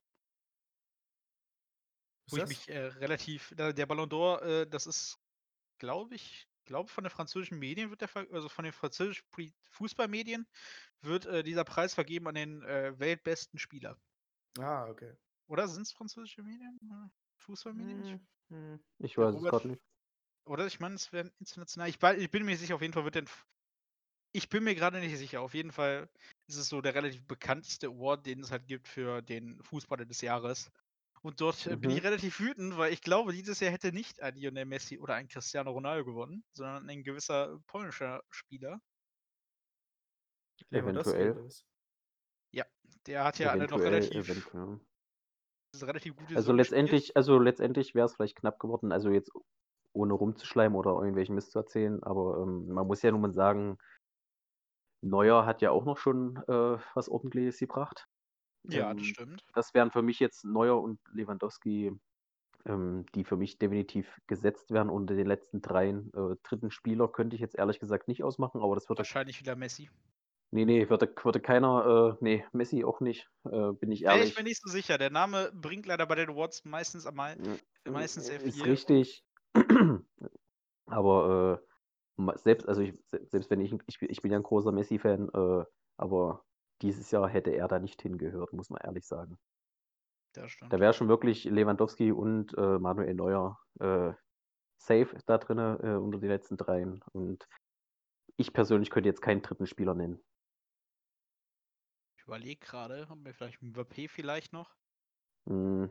[SPEAKER 2] Was
[SPEAKER 1] Wo ich
[SPEAKER 2] ist
[SPEAKER 1] mich
[SPEAKER 2] das?
[SPEAKER 1] der Ballon d'Or, das ist, glaube von den französischen Medien also von den französischen Fußballmedien wird dieser Preis vergeben an den weltbesten Spieler.
[SPEAKER 2] Ah, okay.
[SPEAKER 1] Oder sind es französische Medien? Fußballmedien?
[SPEAKER 3] Ich
[SPEAKER 1] Der
[SPEAKER 3] weiß es
[SPEAKER 1] Robert,
[SPEAKER 3] gerade nicht.
[SPEAKER 1] oder ich meine, es wären international. Ich bin mir sicher, auf jeden Fall ich bin mir gerade nicht sicher. Auf jeden Fall ist es so der relativ bekannteste Award, den es halt gibt für den Fußballer des Jahres. Und dort bin ich
[SPEAKER 3] Mhm.
[SPEAKER 1] relativ wütend, weil ich glaube, dieses Jahr hätte nicht ein Lionel Messi oder ein Cristiano Ronaldo gewonnen, sondern ein gewisser polnischer Spieler.
[SPEAKER 2] Lewandowski
[SPEAKER 3] Eventuell.
[SPEAKER 2] oder was?
[SPEAKER 1] Ja, der hat ja alle noch
[SPEAKER 3] Eventuell.
[SPEAKER 1] relativ gute
[SPEAKER 3] Also
[SPEAKER 1] Saison gespielt.
[SPEAKER 3] letztendlich wäre es vielleicht knapp geworden, also jetzt ohne rumzuschleimen oder irgendwelchen Mist zu erzählen, aber man muss ja nun mal sagen, Neuer hat ja auch noch schon was Ordentliches gebracht.
[SPEAKER 1] Ja, das stimmt.
[SPEAKER 3] Das wären für mich jetzt Neuer und Lewandowski, die für mich definitiv gesetzt werden unter den letzten dreien. Dritten Spieler könnte ich jetzt ehrlich gesagt nicht ausmachen, aber das würde.
[SPEAKER 1] Wahrscheinlich wieder Messi.
[SPEAKER 3] Nee, würde keiner. Nee, Messi auch nicht, bin ich
[SPEAKER 1] Wäre ich mir
[SPEAKER 3] ehrlich.
[SPEAKER 1] nicht so sicher. Der Name bringt leider bei den Awards meistens sehr
[SPEAKER 3] Ist
[SPEAKER 1] viel.
[SPEAKER 3] richtig. Aber selbst wenn ich bin ja ein großer Messi-Fan, aber dieses Jahr hätte er da nicht hingehört, muss man ehrlich sagen.
[SPEAKER 1] Das
[SPEAKER 3] Da
[SPEAKER 1] stimmt.
[SPEAKER 3] wäre schon wirklich Lewandowski und Manuel Neuer safe da drin unter die letzten dreien. Und ich persönlich könnte jetzt keinen dritten Spieler nennen.
[SPEAKER 1] Ich überlege gerade, haben wir vielleicht Mbappé vielleicht noch?
[SPEAKER 3] Hm,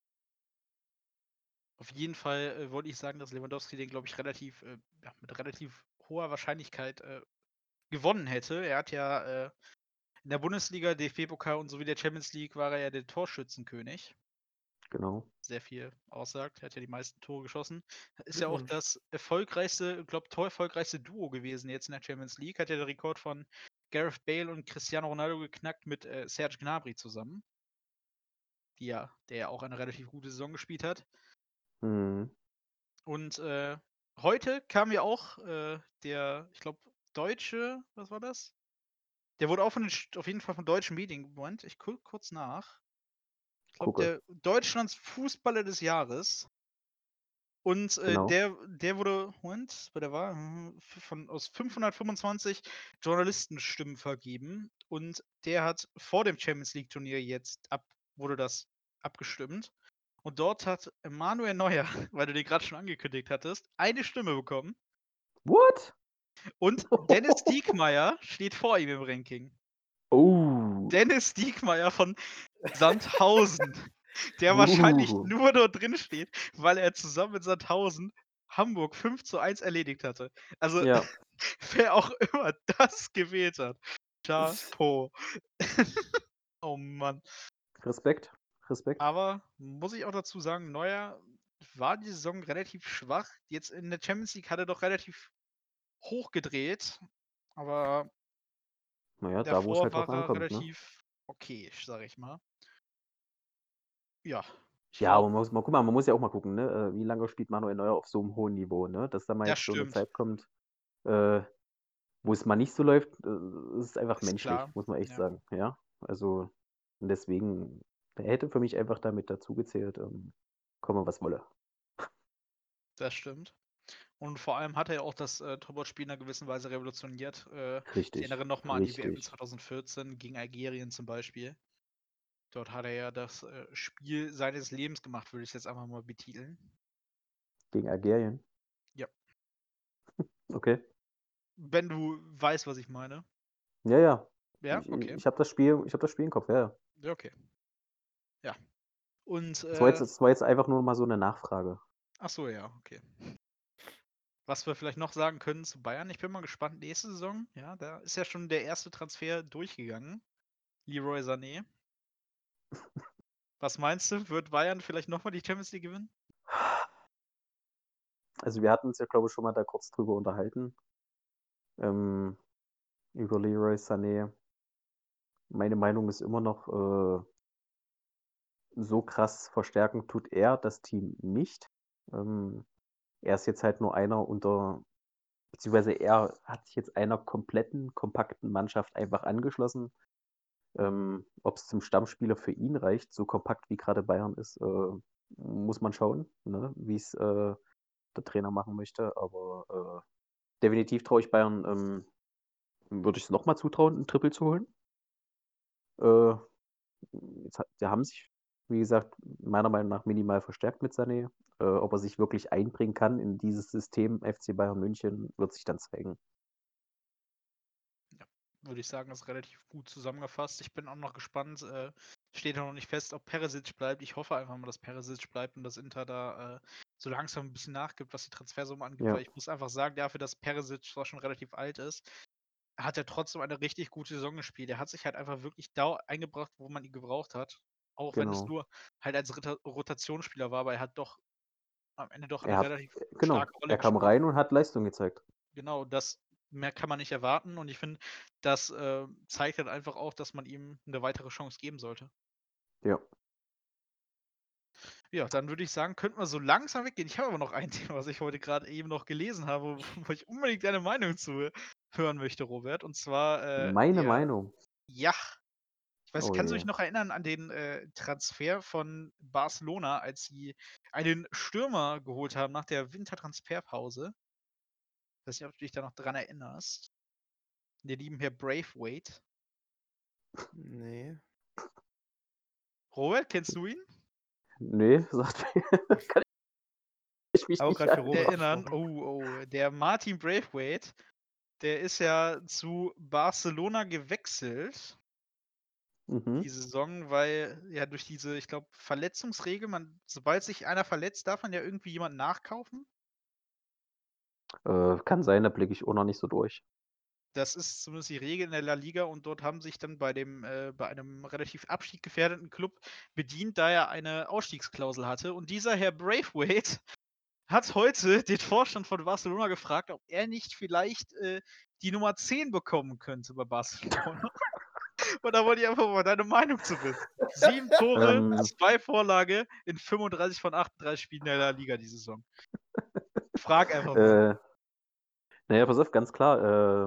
[SPEAKER 1] Auf jeden Fall wollte ich sagen, dass Lewandowski den, glaube ich, mit relativ hoher Wahrscheinlichkeit gewonnen hätte. Er hat ja in der Bundesliga, DFB-Pokal und sowie der Champions League war er ja der Torschützenkönig.
[SPEAKER 3] genau.
[SPEAKER 1] Sehr viel aussagt. Er hat ja die meisten Tore geschossen. Ist ja auch
[SPEAKER 2] Glückwunsch.
[SPEAKER 1] das torerfolgreichste Duo gewesen jetzt in der Champions League. Hat ja der Rekord von Gareth Bale und Cristiano Ronaldo geknackt mit Serge Gnabry zusammen. Der ja auch eine relativ gute Saison gespielt hat.
[SPEAKER 3] Hm,
[SPEAKER 1] Und heute kam ja auch ich glaube, was war das? Der wurde auch auf jeden Fall von deutschen Medien gemeint. Ich gucke kurz nach. Ich glaube,
[SPEAKER 3] gucke,
[SPEAKER 1] der Deutschlands Fußballer des Jahres. Und
[SPEAKER 3] genau.
[SPEAKER 1] der wurde, Moment, wer der war, aus 525 Journalistenstimmen vergeben. Und der hat vor dem Champions League Turnier wurde das abgestimmt. Und dort hat Manuel Neuer, weil du den gerade schon angekündigt hattest, eine Stimme bekommen.
[SPEAKER 3] What?
[SPEAKER 1] Und Dennis Diekmeyer steht vor ihm im Ranking.
[SPEAKER 3] Oh.
[SPEAKER 1] Dennis Diekmeyer von Sandhausen, der wahrscheinlich nur dort drin steht, weil er zusammen mit Sandhausen Hamburg 5:1 erledigt hatte. Also,
[SPEAKER 3] Ja,
[SPEAKER 1] wer auch immer das gewählt hat. Chapeau. Oh Mann.
[SPEAKER 3] Respekt.
[SPEAKER 1] Aber muss ich auch dazu sagen, Neuer war die Saison relativ schwach. Jetzt in der Champions League hat er doch relativ hoch gedreht, aber
[SPEAKER 3] Naja, da wo es
[SPEAKER 1] davor
[SPEAKER 3] halt drauf
[SPEAKER 1] war er
[SPEAKER 3] ankommt, ne?
[SPEAKER 1] relativ okayisch, sage ich mal. Ja, ich
[SPEAKER 3] Ja, aber
[SPEAKER 1] glaube,
[SPEAKER 3] guck mal, man muss ja auch mal gucken, ne? Wie lange spielt Manuel Neuer auf so einem hohen Niveau, ne? Dass da mal
[SPEAKER 1] das
[SPEAKER 3] jetzt so eine
[SPEAKER 1] stimmt.
[SPEAKER 3] Zeit kommt, äh, wo es mal nicht so läuft, ist einfach
[SPEAKER 1] Ist
[SPEAKER 3] menschlich,
[SPEAKER 1] klar.
[SPEAKER 3] muss man echt
[SPEAKER 1] Ja,
[SPEAKER 3] sagen. Ja, also und deswegen, er hätte für mich einfach damit dazugezählt, komme was wolle.
[SPEAKER 1] das stimmt. Und vor allem hat er ja auch das Torwartspiel in einer gewissen Weise revolutioniert. Ich
[SPEAKER 3] Richtig,
[SPEAKER 1] erinnere nochmal an die WM
[SPEAKER 3] richtig.
[SPEAKER 1] 2014 gegen Algerien zum Beispiel. Dort hat er ja das Spiel seines Lebens gemacht, würde ich jetzt einfach mal betiteln.
[SPEAKER 3] Gegen Algerien.
[SPEAKER 1] Ja.
[SPEAKER 3] Okay.
[SPEAKER 1] Wenn du weißt, was ich meine.
[SPEAKER 3] Ja, ja.
[SPEAKER 1] Ja, okay.
[SPEAKER 3] Ich habe hab das Spiel im Kopf, ja, ja.
[SPEAKER 1] Ja, okay. Ja. Und,
[SPEAKER 3] Das war jetzt einfach nur mal so eine Nachfrage.
[SPEAKER 1] ach so, ja, okay. Was wir vielleicht noch sagen können zu Bayern, ich bin mal gespannt, nächste Saison, ja, da ist ja schon der erste Transfer durchgegangen. Leroy Sané. Was meinst du? Wird Bayern vielleicht nochmal die Champions League gewinnen?
[SPEAKER 3] Also wir hatten uns ja, glaube ich, schon mal da kurz drüber unterhalten. Über Leroy Sané. Meine Meinung ist immer noch, so krass verstärken tut er das Team nicht. Er ist jetzt halt nur einer unter beziehungsweise er hat sich jetzt einer kompletten, kompakten Mannschaft einfach angeschlossen. Ob es zum Stammspieler für ihn reicht, so kompakt wie gerade Bayern ist, muss man schauen, ne? Wie es der Trainer machen möchte. Aber definitiv traue ich Bayern, würde ich es nochmal zutrauen, ein Triple zu holen. Äh, die haben sich, wie gesagt, meiner Meinung nach minimal verstärkt mit Sané. Ob er sich wirklich einbringen kann in dieses System FC Bayern München, wird sich dann zeigen.
[SPEAKER 1] Würde ich sagen, ist relativ gut zusammengefasst. Ich bin auch noch gespannt. Steht ja noch nicht fest, ob Perisic bleibt. Ich hoffe einfach mal, dass Perisic bleibt und dass Inter da so langsam ein bisschen nachgibt, was die Transfersumme angeht.
[SPEAKER 3] Ja.
[SPEAKER 1] Weil ich muss einfach sagen, dafür, dass Perisic zwar schon relativ alt ist, hat er trotzdem eine richtig gute Saison gespielt. Er hat sich halt einfach wirklich da eingebracht, wo man ihn gebraucht hat. Auch wenn es
[SPEAKER 3] Genau.
[SPEAKER 1] nur halt als Rotationsspieler war, aber er hat doch am Ende doch eine
[SPEAKER 3] Er hat,
[SPEAKER 1] relativ
[SPEAKER 3] genau,
[SPEAKER 1] starke Rolle
[SPEAKER 3] er kam
[SPEAKER 1] gespielt.
[SPEAKER 3] rein und hat Leistung gezeigt.
[SPEAKER 1] Genau, das mehr kann man nicht erwarten und ich finde, das zeigt halt einfach auch, dass man ihm eine weitere Chance geben sollte.
[SPEAKER 3] Ja.
[SPEAKER 1] Ja, dann würde ich sagen, könnten wir so langsam weggehen. Ich habe aber noch ein Thema, was ich heute gerade eben noch gelesen habe, wo ich unbedingt deine Meinung zu hören möchte, Robert. Und zwar
[SPEAKER 3] Meine Meinung.
[SPEAKER 1] ja, ich weiß,
[SPEAKER 3] Oh
[SPEAKER 1] kannst du
[SPEAKER 3] je.
[SPEAKER 1] dich noch erinnern an den Transfer von Barcelona, als sie einen Stürmer geholt haben nach der Wintertransferpause? Ich weiß nicht, ob du dich da noch dran erinnerst. Der lieben Herr Braithwaite.
[SPEAKER 2] Nee.
[SPEAKER 1] Robert, kennst du ihn?
[SPEAKER 3] Nee, sagt kann ich mich
[SPEAKER 2] Auch
[SPEAKER 3] nicht
[SPEAKER 2] gerade für Robert
[SPEAKER 1] Erinnern?
[SPEAKER 2] gesprochen.
[SPEAKER 1] Der Martin Braithwaite, der ist ja zu Barcelona gewechselt die Saison, weil ja durch diese, ich glaube, Verletzungsregel, sobald sich einer verletzt, darf man ja irgendwie jemanden nachkaufen.
[SPEAKER 3] Kann sein, da blicke ich auch noch nicht so durch.
[SPEAKER 1] Das ist zumindest die Regel in der La Liga und dort haben sich dann bei einem relativ abstiegsgefährdeten Club bedient, da er eine Ausstiegsklausel hatte. Und dieser Herr Braithwaite hat heute den Vorstand von Barcelona gefragt, ob er nicht vielleicht die Nummer 10 bekommen könnte bei Barcelona. Und da wollte ich einfach mal deine Meinung zu wissen. 7 Tore,
[SPEAKER 3] Ähm,
[SPEAKER 1] 2 Vorlage in 35 von 38 Spielen der La Liga die Saison. Frag einfach mal.
[SPEAKER 3] naja, pass auf, ganz klar.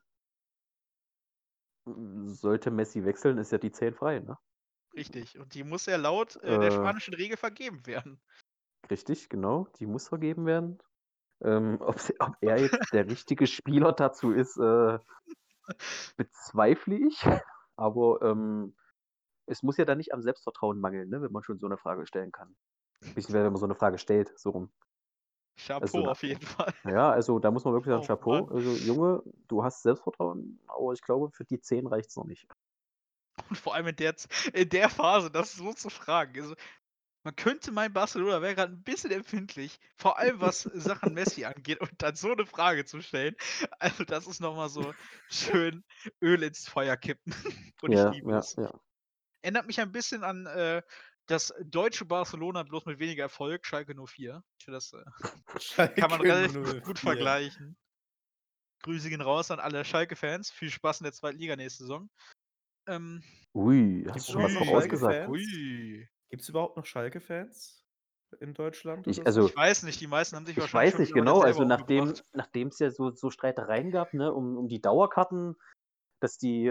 [SPEAKER 3] Sollte Messi wechseln, ist ja die 10 frei, ne?
[SPEAKER 1] Richtig. Und die muss ja laut der spanischen Regel vergeben werden.
[SPEAKER 3] Richtig, genau. Die muss vergeben werden. Ob er jetzt der richtige Spieler dazu ist, bezweifle ich. Aber es muss ja dann nicht am Selbstvertrauen mangeln, ne, wenn man schon so eine Frage stellen kann. Beziehungsweise wenn man so eine Frage stellt, so rum.
[SPEAKER 1] Chapeau
[SPEAKER 3] Also,
[SPEAKER 1] auf jeden Fall.
[SPEAKER 3] ja, also da muss man wirklich sagen,
[SPEAKER 1] Oh
[SPEAKER 3] Chapeau.
[SPEAKER 1] Mann.
[SPEAKER 3] Also, Junge, du hast Selbstvertrauen, aber ich glaube, für die 10 reicht es noch nicht.
[SPEAKER 1] Und vor allem in der Phase, das so zu fragen. Also, man könnte meinen, Barcelona wäre gerade ein bisschen empfindlich, vor allem was Sachen Messi angeht, und dann so eine Frage zu stellen. Also, das ist noch mal so schön Öl ins Feuer kippen. Und ich
[SPEAKER 3] Ja,
[SPEAKER 1] liebe
[SPEAKER 3] ja,
[SPEAKER 1] es.
[SPEAKER 3] ja.
[SPEAKER 1] Erinnert mich ein bisschen an das deutsche Barcelona, bloß mit weniger Erfolg, Schalke 04. Ich finde, das kann man
[SPEAKER 2] Schalke
[SPEAKER 1] relativ gut
[SPEAKER 2] 04.
[SPEAKER 1] vergleichen. Grüße gehen raus an alle Schalke-Fans. Viel Spaß in der zweiten Liga nächste Saison.
[SPEAKER 3] Ui, hast
[SPEAKER 2] Gibt's
[SPEAKER 3] du schon was
[SPEAKER 2] überhaupt noch
[SPEAKER 3] vorausgesagt?
[SPEAKER 2] Schalke-Fans?
[SPEAKER 1] Ui.
[SPEAKER 2] Gibt es überhaupt noch Schalke-Fans in Deutschland oder
[SPEAKER 3] Also,
[SPEAKER 1] Ich weiß nicht, die meisten haben sich
[SPEAKER 3] ich
[SPEAKER 1] wahrscheinlich
[SPEAKER 3] weiß
[SPEAKER 1] schon
[SPEAKER 3] nicht
[SPEAKER 1] mittlerweile
[SPEAKER 3] genau,
[SPEAKER 1] selber
[SPEAKER 3] also
[SPEAKER 1] umgebracht.
[SPEAKER 3] nachdem es ja so Streitereien gab, ne, um die Dauerkarten, dass die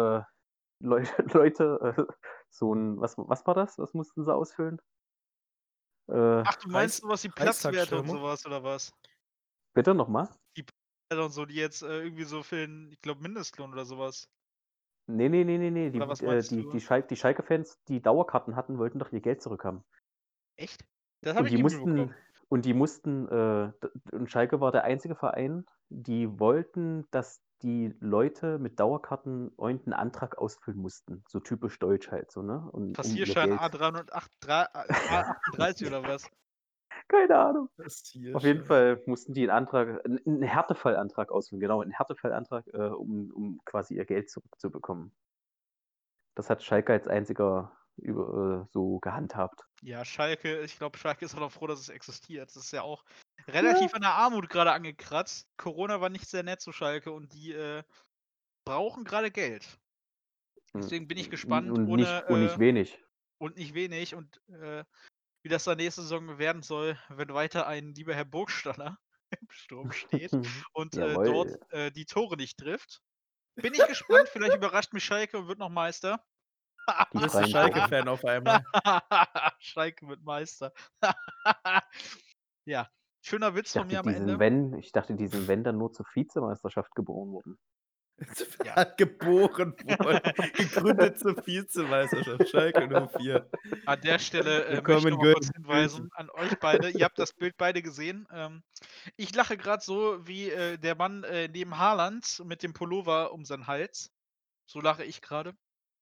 [SPEAKER 3] Leute so ein, was war das? Was mussten sie ausfüllen?
[SPEAKER 1] Ach, du meinst sowas wie Platzwerte und
[SPEAKER 2] Preistagstürme?
[SPEAKER 1] sowas oder was?
[SPEAKER 3] Bitte nochmal?
[SPEAKER 1] Die Platzwerte und so, die jetzt irgendwie so für den, ich glaube, Mindestlohn oder sowas.
[SPEAKER 3] Nee.
[SPEAKER 1] Oder was meinst du?
[SPEAKER 3] Die Schalke-Fans, die Dauerkarten hatten, wollten doch ihr Geld zurückhaben.
[SPEAKER 1] Echt? Das habe
[SPEAKER 3] Und
[SPEAKER 1] ich
[SPEAKER 3] die
[SPEAKER 1] nicht
[SPEAKER 3] mussten,
[SPEAKER 1] mitbekommen.
[SPEAKER 3] und Schalke war der einzige Verein, die wollten, dass die Leute mit Dauerkarten irgendeinen Antrag ausfüllen mussten. So typisch deutsch halt so, ne? Und um ihr
[SPEAKER 1] Passierschein
[SPEAKER 3] Geld.
[SPEAKER 1] A38 oder was?
[SPEAKER 3] Keine Ahnung.
[SPEAKER 2] Passierschein.
[SPEAKER 3] Auf jeden Fall mussten die einen Härtefallantrag ausfüllen, genau, einen Härtefallantrag, um quasi ihr Geld zurückzubekommen. Das hat Schalke als einziger so gehandhabt.
[SPEAKER 1] Ja, Schalke, ich glaube, Schalke ist auch noch froh, dass es existiert. Das ist ja auch relativ an der Armut gerade angekratzt. Corona war nicht sehr nett zu Schalke und die brauchen gerade Geld. Deswegen bin ich gespannt,
[SPEAKER 3] Und nicht wenig.
[SPEAKER 1] und nicht wenig und wie das dann nächste Saison werden soll, wenn weiter ein lieber Herr Burgstaller im Sturm steht und dort
[SPEAKER 3] Jawohl.
[SPEAKER 1] die Tore nicht trifft. Bin ich gespannt, vielleicht überrascht mich Schalke und wird noch Meister.
[SPEAKER 3] Die
[SPEAKER 2] Bist du
[SPEAKER 3] freien Tore.
[SPEAKER 2] Schalke-Fan auf einmal?
[SPEAKER 1] Schalke wird Meister. Ja, schöner Witz von mir am Ende.
[SPEAKER 3] Ich dachte, die sind, wenn, dann nur zur Vizemeisterschaft geboren worden.
[SPEAKER 1] Ja.
[SPEAKER 2] Geboren worden. Gegründet zur Vizemeisterschaft. Schalke 04.
[SPEAKER 1] An der Stelle möchte ich
[SPEAKER 2] Willkommen
[SPEAKER 1] noch mal kurz
[SPEAKER 2] Gülden.
[SPEAKER 1] hinweisen an euch beide. Ihr habt das Bild beide gesehen. Ich lache gerade so wie der Mann neben Haaland mit dem Pullover um seinen Hals. So lache ich gerade.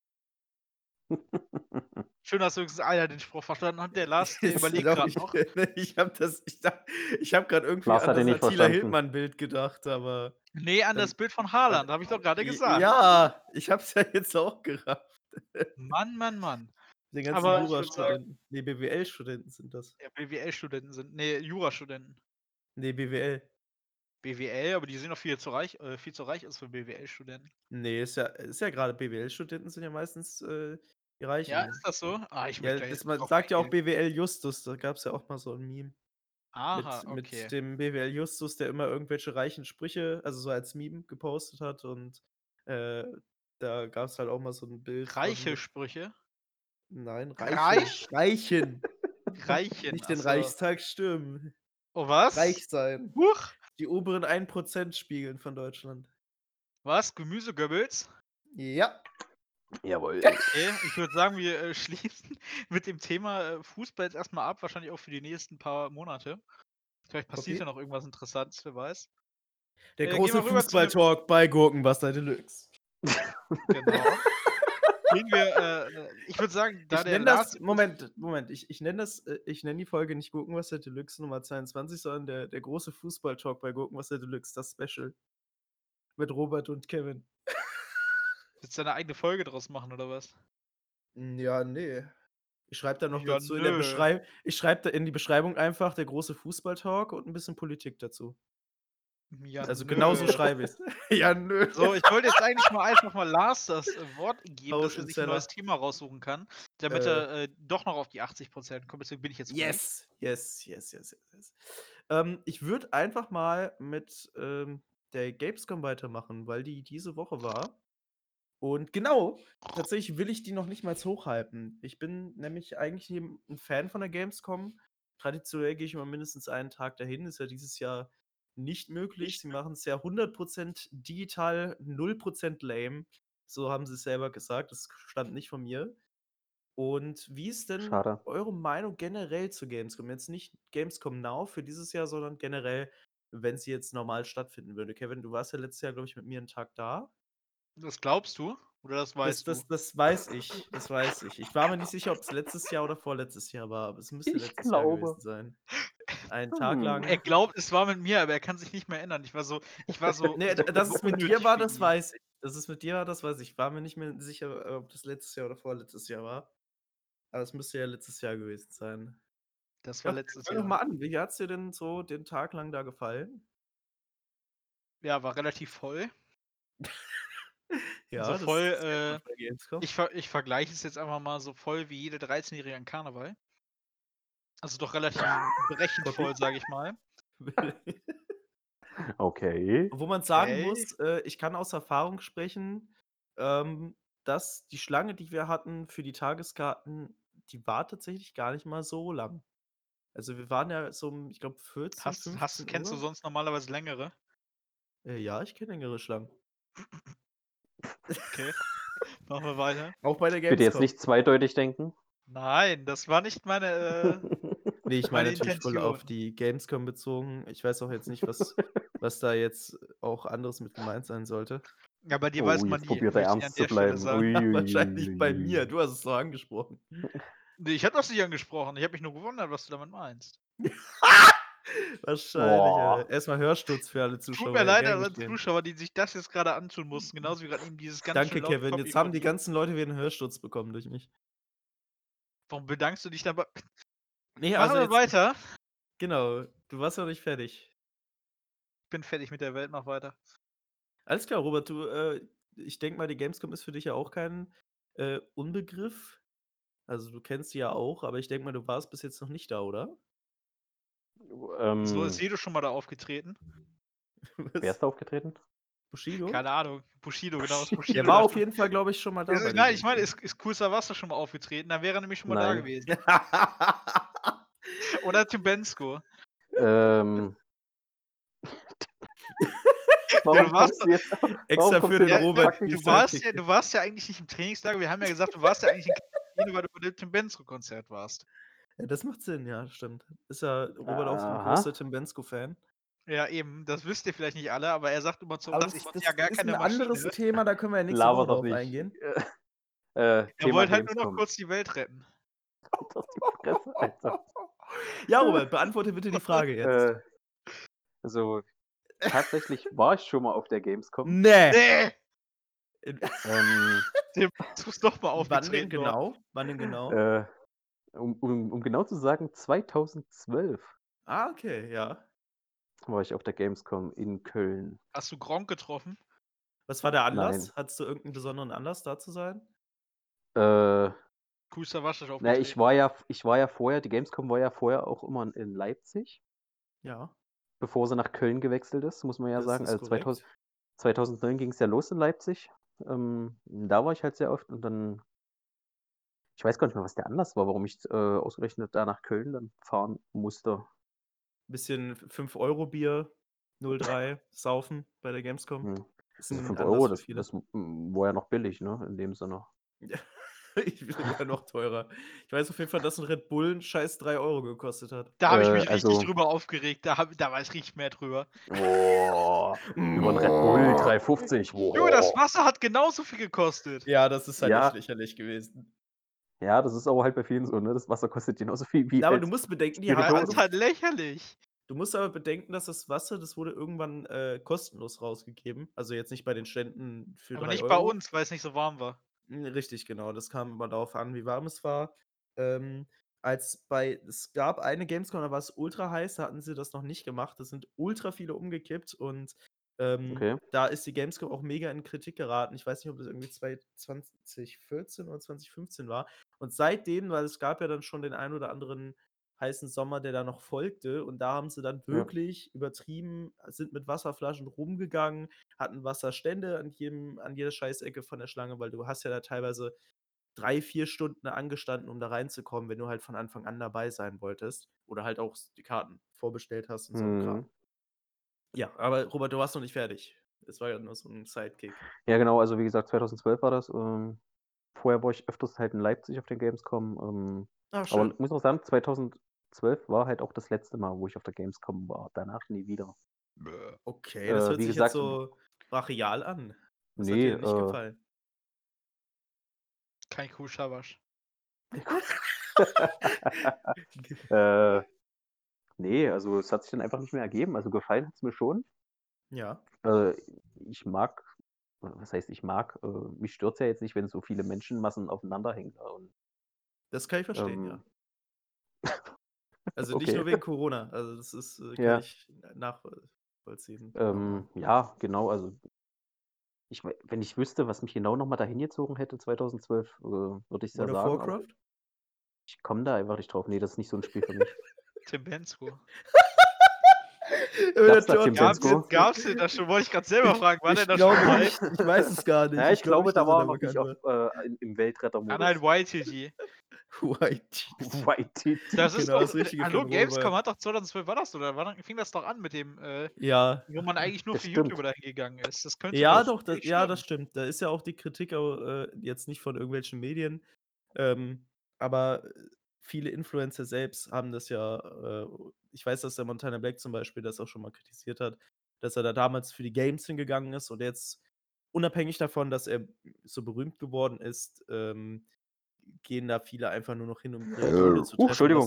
[SPEAKER 1] Schön, dass wenigstens einer den Spruch verstanden hat. Der Lars, der überlegt
[SPEAKER 2] Doch,
[SPEAKER 1] gerade noch.
[SPEAKER 2] ich habe gerade irgendwie
[SPEAKER 3] Lars
[SPEAKER 2] an
[SPEAKER 3] hat ihn
[SPEAKER 2] das
[SPEAKER 3] nicht
[SPEAKER 2] Attila
[SPEAKER 3] verstanden.
[SPEAKER 2] Hildmann-Bild gedacht, aber
[SPEAKER 1] Nee, an das Bild von Haaland, habe ich doch gerade gesagt.
[SPEAKER 2] ja, ich habe es ja jetzt auch gerafft.
[SPEAKER 1] Mann, Mann, Mann.
[SPEAKER 2] Den ganzen
[SPEAKER 1] Aber ich würd
[SPEAKER 2] Jurastudenten. Nee, BWL-Studenten sind das.
[SPEAKER 1] Ja, BWL-Studenten sind. Nee, Jurastudenten.
[SPEAKER 2] Nee, BWL.
[SPEAKER 1] BWL, aber die sind doch viel zu reich ist für BWL-Studenten.
[SPEAKER 2] Nee, ist ja gerade BWL-Studenten sind ja meistens die Reichen.
[SPEAKER 1] Ja, ist das so? Ich
[SPEAKER 2] Ja,
[SPEAKER 1] möchte jetzt
[SPEAKER 2] man
[SPEAKER 1] drauf
[SPEAKER 2] sagt ja auch
[SPEAKER 1] eingehen.
[SPEAKER 2] BWL Justus, da gab es ja auch mal so ein Meme.
[SPEAKER 1] Aha, okay.
[SPEAKER 2] Mit dem BWL Justus, der immer irgendwelche reichen Sprüche, also so als Meme gepostet hat und da gab es halt auch mal so ein Bild
[SPEAKER 1] Reiche Sprüche?
[SPEAKER 2] Nein,
[SPEAKER 1] Reich?
[SPEAKER 2] Reichen.
[SPEAKER 1] Reichen,
[SPEAKER 2] Nicht den
[SPEAKER 1] ach so.
[SPEAKER 2] Reichstag stürmen.
[SPEAKER 1] Oh, was?
[SPEAKER 2] Reich sein.
[SPEAKER 1] Huch!
[SPEAKER 2] Die oberen 1% spiegeln von Deutschland.
[SPEAKER 1] Was? Gemüse-Goebbels?
[SPEAKER 2] Ja.
[SPEAKER 3] Jawohl.
[SPEAKER 1] Okay, ich würde sagen, wir schließen mit dem Thema Fußball jetzt erstmal ab, wahrscheinlich auch für die nächsten paar Monate. Vielleicht passiert ja
[SPEAKER 2] Okay.
[SPEAKER 1] noch irgendwas Interessantes, wer weiß.
[SPEAKER 2] Der
[SPEAKER 1] Gehen
[SPEAKER 2] große
[SPEAKER 1] wir rüber zu dem
[SPEAKER 2] Fußball-Talk bei Gurkenwasser Deluxe.
[SPEAKER 1] Genau. Gehen wir, ich würde sagen, da
[SPEAKER 2] Ich
[SPEAKER 1] der
[SPEAKER 2] nenne
[SPEAKER 1] Lars
[SPEAKER 2] das, Moment, ich nenne die Folge nicht Gurkenwasser Deluxe Nummer 22, sondern der große Fußball-Talk bei Gurkenwasser Deluxe, das Special. Mit Robert und Kevin.
[SPEAKER 1] Willst du eine eigene Folge draus machen, oder was?
[SPEAKER 2] Ja, nee. Ich schreibe da noch
[SPEAKER 1] Ja,
[SPEAKER 2] dazu
[SPEAKER 1] nö.
[SPEAKER 2] ich schreibe da in die Beschreibung einfach der große Fußball-Talk und ein bisschen Politik dazu.
[SPEAKER 1] Ja,
[SPEAKER 2] Also
[SPEAKER 1] nö.
[SPEAKER 2] genauso schreibe ich's. Ja, nö.
[SPEAKER 1] So, ich wollte jetzt eigentlich mal einfach mal Lars das Wort geben,
[SPEAKER 2] Haus
[SPEAKER 1] dass er
[SPEAKER 2] im
[SPEAKER 1] sich ein neues
[SPEAKER 2] Zeller.
[SPEAKER 1] Thema raussuchen kann, damit er doch noch auf die 80% kommt. Deswegen bin ich jetzt ruhig.
[SPEAKER 2] Yes. Ich würde einfach mal mit der Gamescom weitermachen, weil die diese Woche war. Und genau, tatsächlich will ich die noch nicht mal hochhypen. Ich bin nämlich eigentlich ein Fan von der Gamescom. Traditionell gehe ich immer mindestens einen Tag dahin. Ist ja dieses Jahr nicht möglich. Sie machen es ja 100% digital, 0% lame. So haben sie es selber gesagt. Das stammt nicht von mir. Und wie ist denn
[SPEAKER 3] Schade.
[SPEAKER 2] eure Meinung generell zu Gamescom? Jetzt nicht Gamescom Now für dieses Jahr, sondern generell, wenn sie jetzt normal stattfinden würde. Kevin, du warst ja letztes Jahr, glaube ich, mit mir einen Tag da.
[SPEAKER 1] Das glaubst du? Oder das weißt du?
[SPEAKER 2] Das weiß ich. Das weiß ich. Ich war mir nicht sicher, ob es letztes Jahr oder vorletztes Jahr war, aber es müsste
[SPEAKER 3] Ich
[SPEAKER 2] letztes Jahr
[SPEAKER 3] glaube.
[SPEAKER 2] gewesen sein. Einen Tag lang.
[SPEAKER 1] Er glaubt, es war mit mir, aber er kann sich nicht mehr erinnern. Ich war so
[SPEAKER 2] Nee,
[SPEAKER 1] so
[SPEAKER 2] dass es mit dir
[SPEAKER 1] unnötig
[SPEAKER 2] war,
[SPEAKER 1] für
[SPEAKER 2] das
[SPEAKER 1] ihn.
[SPEAKER 2] weiß ich. Dass es mit dir war, das weiß ich. Ich war mir nicht mehr sicher, ob das letztes Jahr oder vorletztes Jahr war. Aber es müsste ja letztes Jahr gewesen sein.
[SPEAKER 1] Das war
[SPEAKER 2] Ja,
[SPEAKER 1] letztes
[SPEAKER 2] fang doch
[SPEAKER 1] Jahr.
[SPEAKER 2] mal an. Wie hat's dir denn so den Tag lang da gefallen?
[SPEAKER 1] Ja, war relativ voll.
[SPEAKER 2] Ja,
[SPEAKER 1] So
[SPEAKER 2] das
[SPEAKER 1] voll,
[SPEAKER 2] kennt man von der Gamescom.
[SPEAKER 1] ich vergleiche es jetzt einfach mal so voll wie jede 13-Jährige an Karneval. Also doch relativ brechend
[SPEAKER 2] Copy.
[SPEAKER 1] voll, sage ich mal.
[SPEAKER 3] Okay.
[SPEAKER 2] Wo man sagen
[SPEAKER 1] Okay.
[SPEAKER 2] muss, ich kann aus Erfahrung sprechen, dass die Schlange, die wir hatten für die Tageskarten, die war tatsächlich gar nicht mal so lang. Also, wir waren ja so um, ich glaube, 14, 15
[SPEAKER 1] Kennst du
[SPEAKER 2] Uhr.
[SPEAKER 1] sonst normalerweise längere?
[SPEAKER 2] Ja, ich kenne längere Schlangen.
[SPEAKER 1] Okay, machen wir weiter.
[SPEAKER 2] Auch bei der
[SPEAKER 3] Bitte jetzt
[SPEAKER 2] Gamescom.
[SPEAKER 3] nicht zweideutig denken.
[SPEAKER 1] Nein, das war nicht meine,
[SPEAKER 2] Nee, ich
[SPEAKER 1] meine
[SPEAKER 2] meine natürlich voll auf
[SPEAKER 1] Intention.
[SPEAKER 2] die Gamescom bezogen. Ich weiß auch jetzt nicht, was da jetzt auch anderes mit gemeint sein sollte.
[SPEAKER 1] Ja, bei dir
[SPEAKER 3] Oh,
[SPEAKER 1] weiß man
[SPEAKER 3] jetzt
[SPEAKER 1] nie,
[SPEAKER 3] probiert er
[SPEAKER 1] möchte ich an
[SPEAKER 3] ernst zu
[SPEAKER 1] der Stelle
[SPEAKER 3] bleiben.
[SPEAKER 1] sagen.
[SPEAKER 3] Ui, ui,
[SPEAKER 2] Wahrscheinlich
[SPEAKER 3] ui,
[SPEAKER 2] bei
[SPEAKER 3] ui,
[SPEAKER 2] mir.
[SPEAKER 3] ui.
[SPEAKER 2] Du hast es doch angesprochen.
[SPEAKER 1] Nee, ich habe das nicht angesprochen. Ich habe mich nur gewundert, was du damit meinst.
[SPEAKER 2] Wahrscheinlich,
[SPEAKER 3] Boah.
[SPEAKER 2] Alter. Erstmal Hörsturz für alle
[SPEAKER 1] Tut
[SPEAKER 2] Zuschauer.
[SPEAKER 1] mir leid
[SPEAKER 2] gern
[SPEAKER 1] an alle
[SPEAKER 2] geschehen.
[SPEAKER 1] Zuschauer, die sich das jetzt gerade antun mussten, genauso wie gerade eben dieses ganz
[SPEAKER 2] Danke,
[SPEAKER 1] schön laute
[SPEAKER 2] Kevin. Jetzt
[SPEAKER 1] Copy
[SPEAKER 2] haben
[SPEAKER 1] von
[SPEAKER 2] die
[SPEAKER 1] dir.
[SPEAKER 2] ganzen Leute wieder einen Hörsturz bekommen durch mich.
[SPEAKER 1] Warum bedankst du dich dabei?
[SPEAKER 2] Nee,
[SPEAKER 1] Machen
[SPEAKER 2] also
[SPEAKER 1] wir
[SPEAKER 2] jetzt,
[SPEAKER 1] weiter.
[SPEAKER 2] genau. Du warst ja nicht fertig.
[SPEAKER 1] Ich bin fertig mit der Welt, mach weiter.
[SPEAKER 2] Alles klar, Robert, ich denke mal, die Gamescom ist für dich ja auch kein Unbegriff. Also du kennst sie ja auch, aber ich denke mal, du warst bis jetzt noch nicht da, oder?
[SPEAKER 1] So ist Sedo schon mal da aufgetreten.
[SPEAKER 3] Wer ist da aufgetreten?
[SPEAKER 2] Bushido?
[SPEAKER 1] Keine Ahnung. Bushido, genau. Ist
[SPEAKER 2] Der
[SPEAKER 1] Bushido
[SPEAKER 2] war
[SPEAKER 1] da
[SPEAKER 2] auf
[SPEAKER 1] schon.
[SPEAKER 2] jeden Fall, glaube ich, schon mal da. bei
[SPEAKER 1] Nein,
[SPEAKER 2] den
[SPEAKER 1] ich meine,
[SPEAKER 2] Gamescom.
[SPEAKER 1] ist Cool Savas schon mal aufgetreten? Dann wäre er nämlich schon mal da
[SPEAKER 3] Nein.
[SPEAKER 1] gewesen. Oder Tim Bensko.
[SPEAKER 3] Ähm,
[SPEAKER 1] Ja,
[SPEAKER 3] warum
[SPEAKER 1] du warst
[SPEAKER 3] kommst du jetzt?
[SPEAKER 2] Extra
[SPEAKER 3] Warum kommst
[SPEAKER 2] für
[SPEAKER 3] du
[SPEAKER 2] den
[SPEAKER 3] jetzt
[SPEAKER 2] Robert
[SPEAKER 3] praktisch
[SPEAKER 2] die
[SPEAKER 1] Du
[SPEAKER 3] drauf?
[SPEAKER 1] warst ja eigentlich nicht im Trainingslager. Wir haben ja gesagt, du warst ja eigentlich in Quarantäne, weil du bei dem Tim Bensko-Konzert warst.
[SPEAKER 2] Ja, das macht Sinn, ja, stimmt. Ist ja Robert auch so ein
[SPEAKER 3] Aha.
[SPEAKER 2] großer Tim Bensko-Fan.
[SPEAKER 1] Ja, eben. Das wisst ihr vielleicht nicht alle, aber er sagt immer zu
[SPEAKER 2] Aber
[SPEAKER 1] uns,
[SPEAKER 2] das,
[SPEAKER 1] ich bin
[SPEAKER 2] das
[SPEAKER 1] ja gar
[SPEAKER 2] ist
[SPEAKER 1] keine
[SPEAKER 2] ein anderes
[SPEAKER 1] Maschine.
[SPEAKER 2] Thema, da können wir ja nächste
[SPEAKER 3] Laber
[SPEAKER 2] Woche
[SPEAKER 3] doch
[SPEAKER 2] drauf
[SPEAKER 3] nicht.
[SPEAKER 2] eingehen.
[SPEAKER 1] Er
[SPEAKER 3] Thema
[SPEAKER 1] wollte halt nur noch
[SPEAKER 3] Gamescom.
[SPEAKER 1] kurz die Welt retten.
[SPEAKER 3] Halt doch die Fresse, Alter.
[SPEAKER 2] Ja, Robert, beantworte bitte die Frage jetzt.
[SPEAKER 3] Also, tatsächlich war ich schon mal auf der Gamescom.
[SPEAKER 2] Nee!
[SPEAKER 1] Nee!
[SPEAKER 3] Ähm,
[SPEAKER 1] Tim Bensko ist doch mal
[SPEAKER 2] Wann
[SPEAKER 1] aufgetreten.
[SPEAKER 2] denn
[SPEAKER 1] dort.
[SPEAKER 2] genau? Wann denn genau?
[SPEAKER 3] um genau zu sagen, 2012
[SPEAKER 2] Ah, okay, ja.
[SPEAKER 3] war ich auf der Gamescom in Köln.
[SPEAKER 1] Hast du Gronk getroffen?
[SPEAKER 2] Was war der Anlass?
[SPEAKER 3] Nein.
[SPEAKER 2] Hattest du irgendeinen besonderen Anlass, da zu sein?
[SPEAKER 1] Cool Savas ist
[SPEAKER 3] Na,
[SPEAKER 1] aufgetreten.
[SPEAKER 3] ich war ja vorher, die Gamescom war ja vorher auch immer in Leipzig,
[SPEAKER 2] Ja,
[SPEAKER 3] bevor sie nach Köln gewechselt ist, muss man ja
[SPEAKER 2] das
[SPEAKER 3] sagen.
[SPEAKER 2] ist
[SPEAKER 3] Also
[SPEAKER 2] korrekt.
[SPEAKER 3] 2009 ging es ja los in Leipzig. Da war ich halt sehr oft und dann, ich weiß gar nicht mehr, was der Anlass war, warum ich ausgerechnet da nach Köln dann fahren musste.
[SPEAKER 2] Bisschen 5-Euro-Bier, 03, saufen bei der Gamescom.
[SPEAKER 3] Hm.
[SPEAKER 2] Ist
[SPEAKER 3] Also
[SPEAKER 2] ein
[SPEAKER 3] 5
[SPEAKER 2] Anlass
[SPEAKER 3] Euro,
[SPEAKER 2] für viele.
[SPEAKER 3] das war ja noch billig, ne, in dem Sinne.
[SPEAKER 2] Ja, ich will ja noch teurer. Ich weiß auf jeden Fall, dass ein Red Bull einen scheiß 3 Euro gekostet hat.
[SPEAKER 1] Da habe ich mich richtig
[SPEAKER 3] Also,
[SPEAKER 1] drüber aufgeregt. Da war ich richtig mehr drüber.
[SPEAKER 3] über ein Red Bull 3,50.
[SPEAKER 1] Junge, das Wasser hat genauso viel gekostet.
[SPEAKER 2] Ja, das ist halt
[SPEAKER 3] Ja.
[SPEAKER 2] echt lächerlich gewesen.
[SPEAKER 3] Ja, das ist aber halt bei vielen so, ne? Das Wasser kostet genauso viel wie
[SPEAKER 2] Ja, aber
[SPEAKER 3] halt
[SPEAKER 2] du musst bedenken, die
[SPEAKER 1] Ja,
[SPEAKER 2] haben
[SPEAKER 1] das ist
[SPEAKER 3] Spirituosen.
[SPEAKER 1] halt lächerlich.
[SPEAKER 2] Du musst aber bedenken, dass das Wasser, das wurde irgendwann kostenlos rausgegeben. Also jetzt nicht bei den Ständen für
[SPEAKER 1] Aber
[SPEAKER 2] 3
[SPEAKER 1] nicht bei
[SPEAKER 2] Euro.
[SPEAKER 1] uns, weil es nicht so warm war.
[SPEAKER 2] Richtig, genau. Das kam immer darauf an, wie warm es war. Es gab eine Gamescom, da war es ultra heiß, da hatten sie das noch nicht gemacht. Da sind ultra viele umgekippt und
[SPEAKER 3] Okay.
[SPEAKER 2] da ist die Gamescom auch mega in Kritik geraten. Ich weiß nicht, ob das irgendwie 2014 oder 2015 war. Und seitdem, weil es gab ja dann schon den einen oder anderen heißen Sommer, der da noch folgte, und da haben sie dann
[SPEAKER 3] Ja.
[SPEAKER 2] wirklich übertrieben, sind mit Wasserflaschen rumgegangen, hatten Wasserstände an jeder Scheißecke von der Schlange, weil du hast ja da teilweise 3, 4 Stunden angestanden, um da reinzukommen, wenn du halt von Anfang an dabei sein wolltest oder halt auch die Karten vorbestellt hast und so 'n Kram.
[SPEAKER 3] Mhm.
[SPEAKER 2] Ja, aber Robert, du warst noch nicht fertig. Es war ja nur so 'n Sidekick.
[SPEAKER 3] Ja, genau, also wie gesagt, 2012 war das. Vorher war ich öfters halt in Leipzig auf der Gamescom.
[SPEAKER 2] Ah,
[SPEAKER 3] Aber
[SPEAKER 2] schön.
[SPEAKER 3] ich muss auch sagen, 2012 war halt auch das letzte Mal, wo ich auf der Gamescom war. Danach nie wieder.
[SPEAKER 2] Okay, das hört
[SPEAKER 3] wie
[SPEAKER 2] sich
[SPEAKER 3] gesagt,
[SPEAKER 2] jetzt so brachial an. Was hat
[SPEAKER 3] nee,
[SPEAKER 2] dir denn nicht gefallen?
[SPEAKER 1] Kein Kuhschawasch.
[SPEAKER 3] Nee, also es hat sich dann einfach nicht mehr ergeben. Also gefallen hat es mir schon.
[SPEAKER 2] Ja.
[SPEAKER 3] Ich mag, was heißt ich mag, mich stört es ja jetzt nicht, wenn so viele Menschenmassen aufeinander hängen. Und,
[SPEAKER 2] Das kann ich verstehen, ja. Also nicht
[SPEAKER 3] okay.
[SPEAKER 2] nur wegen Corona. Also das ist, kann
[SPEAKER 3] Ja.
[SPEAKER 2] ich nachvollziehen. Aber
[SPEAKER 3] Ja, genau, also wenn ich wüsste, was mich genau nochmal dahin gezogen hätte 2012, würde ich es ja
[SPEAKER 2] World of
[SPEAKER 3] sagen, aber
[SPEAKER 2] Warcraft?
[SPEAKER 3] ich komme da einfach nicht drauf. Nee, das ist nicht so ein Spiel für mich.
[SPEAKER 1] Tim Bensko.
[SPEAKER 3] Gab's da Tim Bensko?
[SPEAKER 1] Gab's denn das schon? Wollte ich gerade selber fragen. War der
[SPEAKER 2] Ich
[SPEAKER 1] da schon
[SPEAKER 2] glaube
[SPEAKER 1] mal?
[SPEAKER 2] nicht. Ich weiß es gar nicht.
[SPEAKER 3] Ja, ich glaube,
[SPEAKER 2] nicht,
[SPEAKER 3] da
[SPEAKER 2] dass er
[SPEAKER 3] war er noch
[SPEAKER 2] bekannt
[SPEAKER 3] nicht im Weltrettermodus.
[SPEAKER 1] Nein, YTG.
[SPEAKER 2] White.
[SPEAKER 3] White.
[SPEAKER 1] Das ist
[SPEAKER 2] Genau,
[SPEAKER 1] doch,
[SPEAKER 2] das Richtige
[SPEAKER 1] hallo,
[SPEAKER 2] von
[SPEAKER 1] Gamescom
[SPEAKER 2] Robert.
[SPEAKER 1] hat doch 2012 war das, oder? Fing das doch an mit dem,
[SPEAKER 2] Ja.
[SPEAKER 1] wo man eigentlich nur
[SPEAKER 3] Das
[SPEAKER 1] für
[SPEAKER 3] stimmt.
[SPEAKER 1] YouTuber dahin gegangen ist. Das könnte
[SPEAKER 2] Ja,
[SPEAKER 1] doch
[SPEAKER 2] doch,
[SPEAKER 1] nicht
[SPEAKER 2] ja,
[SPEAKER 1] stimmen.
[SPEAKER 2] das stimmt. Da ist ja auch die Kritik jetzt nicht von irgendwelchen Medien, aber viele Influencer selbst haben das ja, ich weiß, dass der Montana Black zum Beispiel das auch schon mal kritisiert hat, dass er da damals für die Games hingegangen ist und jetzt unabhängig davon, dass er so berühmt geworden ist, gehen da viele einfach nur noch hin, um ihre Idole zu treffen,
[SPEAKER 3] Entschuldigung.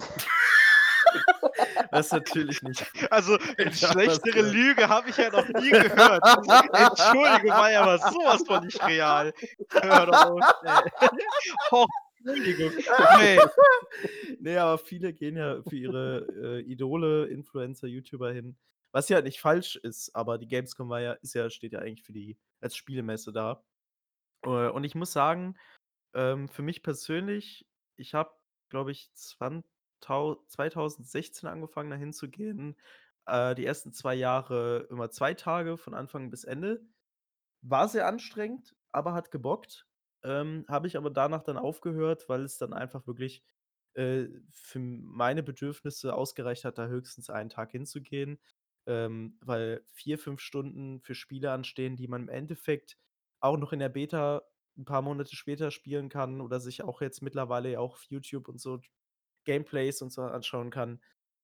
[SPEAKER 2] was natürlich nicht.
[SPEAKER 1] Also, eine
[SPEAKER 2] Alter,
[SPEAKER 1] schlechtere
[SPEAKER 2] was,
[SPEAKER 1] Lüge habe ich ja noch nie gehört. Entschuldigung, war ja aber sowas von nicht real. Hör doch auf, ey. Oh, Entschuldigung. Nee.
[SPEAKER 2] Nee, aber viele gehen ja für ihre Idole, Influencer, YouTuber hin. Was ja nicht falsch ist, aber die Gamescom steht ja eigentlich als Spielemesse da. Und ich muss sagen, für mich persönlich, ich habe, glaube ich, 2016 angefangen, dahin zu gehen. Die ersten 2 Jahre immer 2 Tage von Anfang bis Ende. War sehr anstrengend, aber hat gebockt. Habe ich aber danach dann aufgehört, weil es dann einfach wirklich, für meine Bedürfnisse ausgereicht hat, da höchstens einen Tag hinzugehen, weil 4, 5 Stunden für Spiele anstehen, die man im Endeffekt auch noch in der Beta ein paar Monate später spielen kann oder sich auch jetzt mittlerweile ja auch auf YouTube und so Gameplays und so anschauen kann.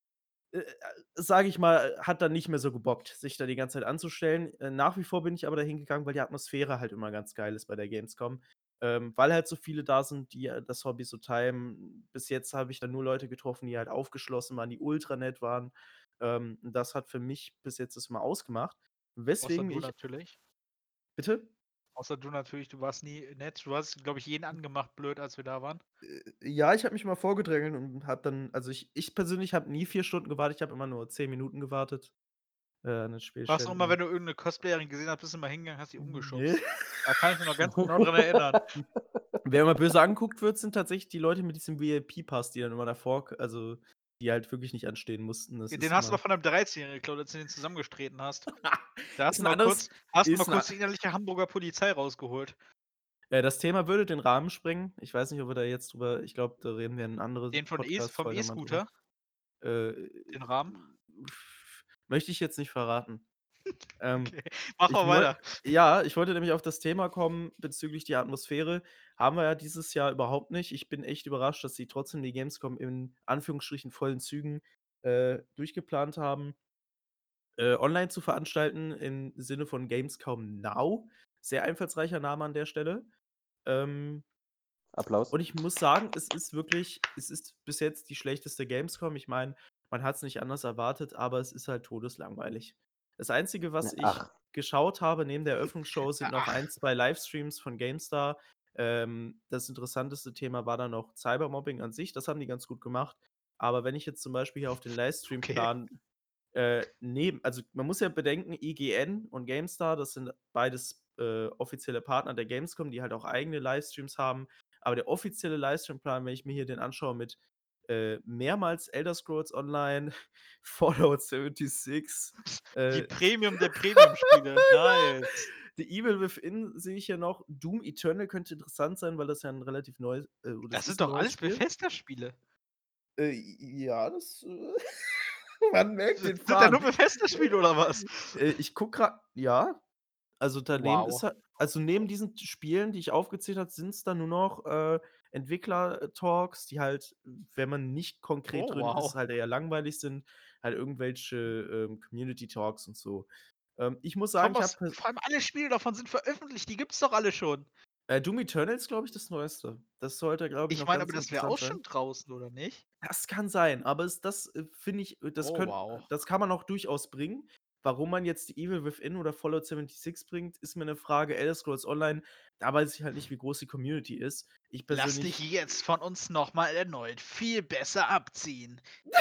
[SPEAKER 2] Sage ich mal, hat dann nicht mehr so gebockt, sich da die ganze Zeit anzustellen. Nach wie vor bin ich aber da hingegangen, weil die Atmosphäre halt immer ganz geil ist bei der Gamescom. Weil halt so viele da sind, die, das Hobby so teilen. Bis jetzt habe ich dann nur Leute getroffen, die halt aufgeschlossen waren, die ultra nett waren. Und das hat für mich bis jetzt das mal ausgemacht.
[SPEAKER 1] Außer
[SPEAKER 2] Weswegen
[SPEAKER 1] du
[SPEAKER 2] ich
[SPEAKER 1] natürlich.
[SPEAKER 2] bitte?
[SPEAKER 1] Außer du natürlich, du warst nie nett. Du hast, glaube ich, jeden angemacht, blöd, als wir da waren.
[SPEAKER 2] Ja, ich habe mich mal vorgedrängelt und habe dann also, ich persönlich habe nie 4 Stunden gewartet, ich habe immer nur 10 Minuten gewartet, an den
[SPEAKER 1] Warst du immer, wenn
[SPEAKER 2] Spielständen.
[SPEAKER 1] du irgendeine Cosplayerin gesehen hast, bist du mal hingegangen, hast die
[SPEAKER 2] Ne.
[SPEAKER 1] umgeschubst. Da kann ich mich noch ganz genau dran erinnern.
[SPEAKER 2] Wer immer böse angeguckt wird, sind tatsächlich die Leute mit diesem VIP-Pass, die dann immer davor also, die halt wirklich nicht anstehen mussten. Das
[SPEAKER 1] Den
[SPEAKER 2] ist
[SPEAKER 1] hast du
[SPEAKER 2] immer
[SPEAKER 1] doch von einem 13-Jährigen geklaut, als du den zusammengestreten hast. Da
[SPEAKER 2] ist 'n anderes
[SPEAKER 1] hast du mal
[SPEAKER 2] ist 'n a
[SPEAKER 1] kurz die innerliche Hamburger Polizei rausgeholt.
[SPEAKER 2] das Thema würde den Rahmen sprengen. Ich weiß nicht, ob wir da jetzt drüber ich glaube, da reden wir in anderen
[SPEAKER 1] Den vom
[SPEAKER 2] Podcast-Folgen noch mal drüber.
[SPEAKER 1] E-Scooter,
[SPEAKER 2] Äh,
[SPEAKER 1] den Rahmen.
[SPEAKER 2] möchte ich jetzt nicht verraten. Ähm,
[SPEAKER 1] Okay, mach
[SPEAKER 2] ich
[SPEAKER 1] mal
[SPEAKER 2] woll
[SPEAKER 1] weiter.
[SPEAKER 2] ja, ich wollte nämlich auf das Thema kommen bezüglich die Atmosphäre. Haben wir ja dieses Jahr überhaupt nicht. Ich bin echt überrascht, dass sie trotzdem die Gamescom in Anführungsstrichen vollen Zügen, durchgeplant haben, online zu veranstalten im Sinne von Gamescom Now. Sehr einfallsreicher Name an der Stelle. Ähm
[SPEAKER 3] Applaus.
[SPEAKER 2] und ich muss sagen, es ist bis jetzt die schlechteste Gamescom. Ich meine, man hat es nicht anders erwartet, aber es ist halt todeslangweilig. Das Einzige, was ich
[SPEAKER 3] Ach,
[SPEAKER 2] geschaut habe neben der Eröffnungsshow, sind noch
[SPEAKER 1] Ach,
[SPEAKER 2] 1, 2 Livestreams von GameStar. Das interessanteste Thema war dann noch Cybermobbing an sich. Das haben die ganz gut gemacht. Aber wenn ich jetzt zum Beispiel hier auf den
[SPEAKER 1] okay.
[SPEAKER 2] Livestream-Plan man muss ja bedenken, IGN und GameStar, das sind beides, offizielle Partner der Gamescom, die halt auch eigene Livestreams haben. Aber der offizielle Livestream-Plan, wenn ich mir hier den anschaue mit, mehrmals Elder Scrolls Online, Fallout 76,
[SPEAKER 1] Die
[SPEAKER 2] äh,
[SPEAKER 1] Premium der Premium-Spiele. Nice.
[SPEAKER 2] The Evil Within sehe ich hier noch. Doom Eternal könnte interessant sein, weil das ja 'n relativ neues das
[SPEAKER 1] Das
[SPEAKER 2] ist
[SPEAKER 1] sind
[SPEAKER 2] 'n
[SPEAKER 1] doch
[SPEAKER 2] neues
[SPEAKER 1] alles
[SPEAKER 2] Spiel.
[SPEAKER 1] Bethesda-Spiele.
[SPEAKER 2] Ja, man merkt den
[SPEAKER 1] Sind da nur
[SPEAKER 2] Faden.
[SPEAKER 1] Bethesda-Spiele oder was?
[SPEAKER 2] Ich gucke grad ja, also daneben ist
[SPEAKER 1] Wow.
[SPEAKER 2] halt also neben diesen Spielen, die ich aufgezählt habe, sind's dann nur noch, Entwickler-Talks, die halt, wenn man nicht konkret
[SPEAKER 1] Oh,
[SPEAKER 2] drin ist,
[SPEAKER 1] wow.
[SPEAKER 2] halt eher langweilig sind, halt irgendwelche, Community-Talks und so. Ich muss sagen, ich habe
[SPEAKER 1] Vor allem alle Spiele davon sind veröffentlicht, die gibt's doch alle schon.
[SPEAKER 2] Doom Eternal ist, glaube ich, das Neueste. Das sollte, glaube ich,
[SPEAKER 1] Ich
[SPEAKER 2] noch
[SPEAKER 1] meine aber,
[SPEAKER 2] ganz
[SPEAKER 1] das wäre
[SPEAKER 2] interessant
[SPEAKER 1] auch
[SPEAKER 2] sein.
[SPEAKER 1] schon draußen, oder nicht?
[SPEAKER 2] Das kann sein, aber finde ich,
[SPEAKER 1] Oh, wow.
[SPEAKER 2] das kann man auch durchaus bringen. Warum man jetzt die Evil Within oder Fallout 76 bringt, ist mir 'ne Frage. Elder Scrolls Online, da weiß ich halt nicht, wie groß die Community ist. Ich
[SPEAKER 1] Lass dich
[SPEAKER 2] persönlich
[SPEAKER 1] jetzt von uns noch mal erneut viel besser abziehen.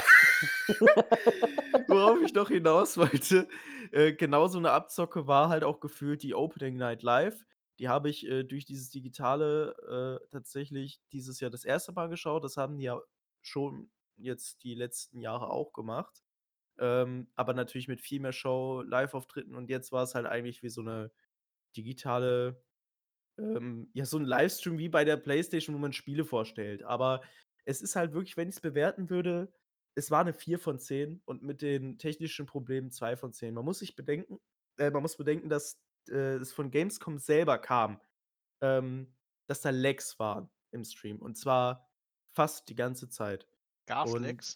[SPEAKER 2] worauf ich noch hinaus wollte, genau so 'ne Abzocke war halt auch gefühlt die Opening Night Live. Die habe ich, durch dieses Digitale, tatsächlich dieses Jahr das erste Mal geschaut. Das haben die ja schon jetzt die letzten Jahre auch gemacht. Aber natürlich mit viel mehr Show, Liveauftritten und jetzt war es halt eigentlich wie so 'ne digitale ja, so 'n Livestream wie bei der PlayStation, wo man Spiele vorstellt. Aber es ist halt wirklich, wenn ich's bewerten würde, es war 'ne 4 von 10 und mit den technischen Problemen 2 von 10. Man muss bedenken, dass, es von Gamescom selber kam, dass da Lags waren im Stream und zwar fast die ganze Zeit. Und
[SPEAKER 1] Gaslecks?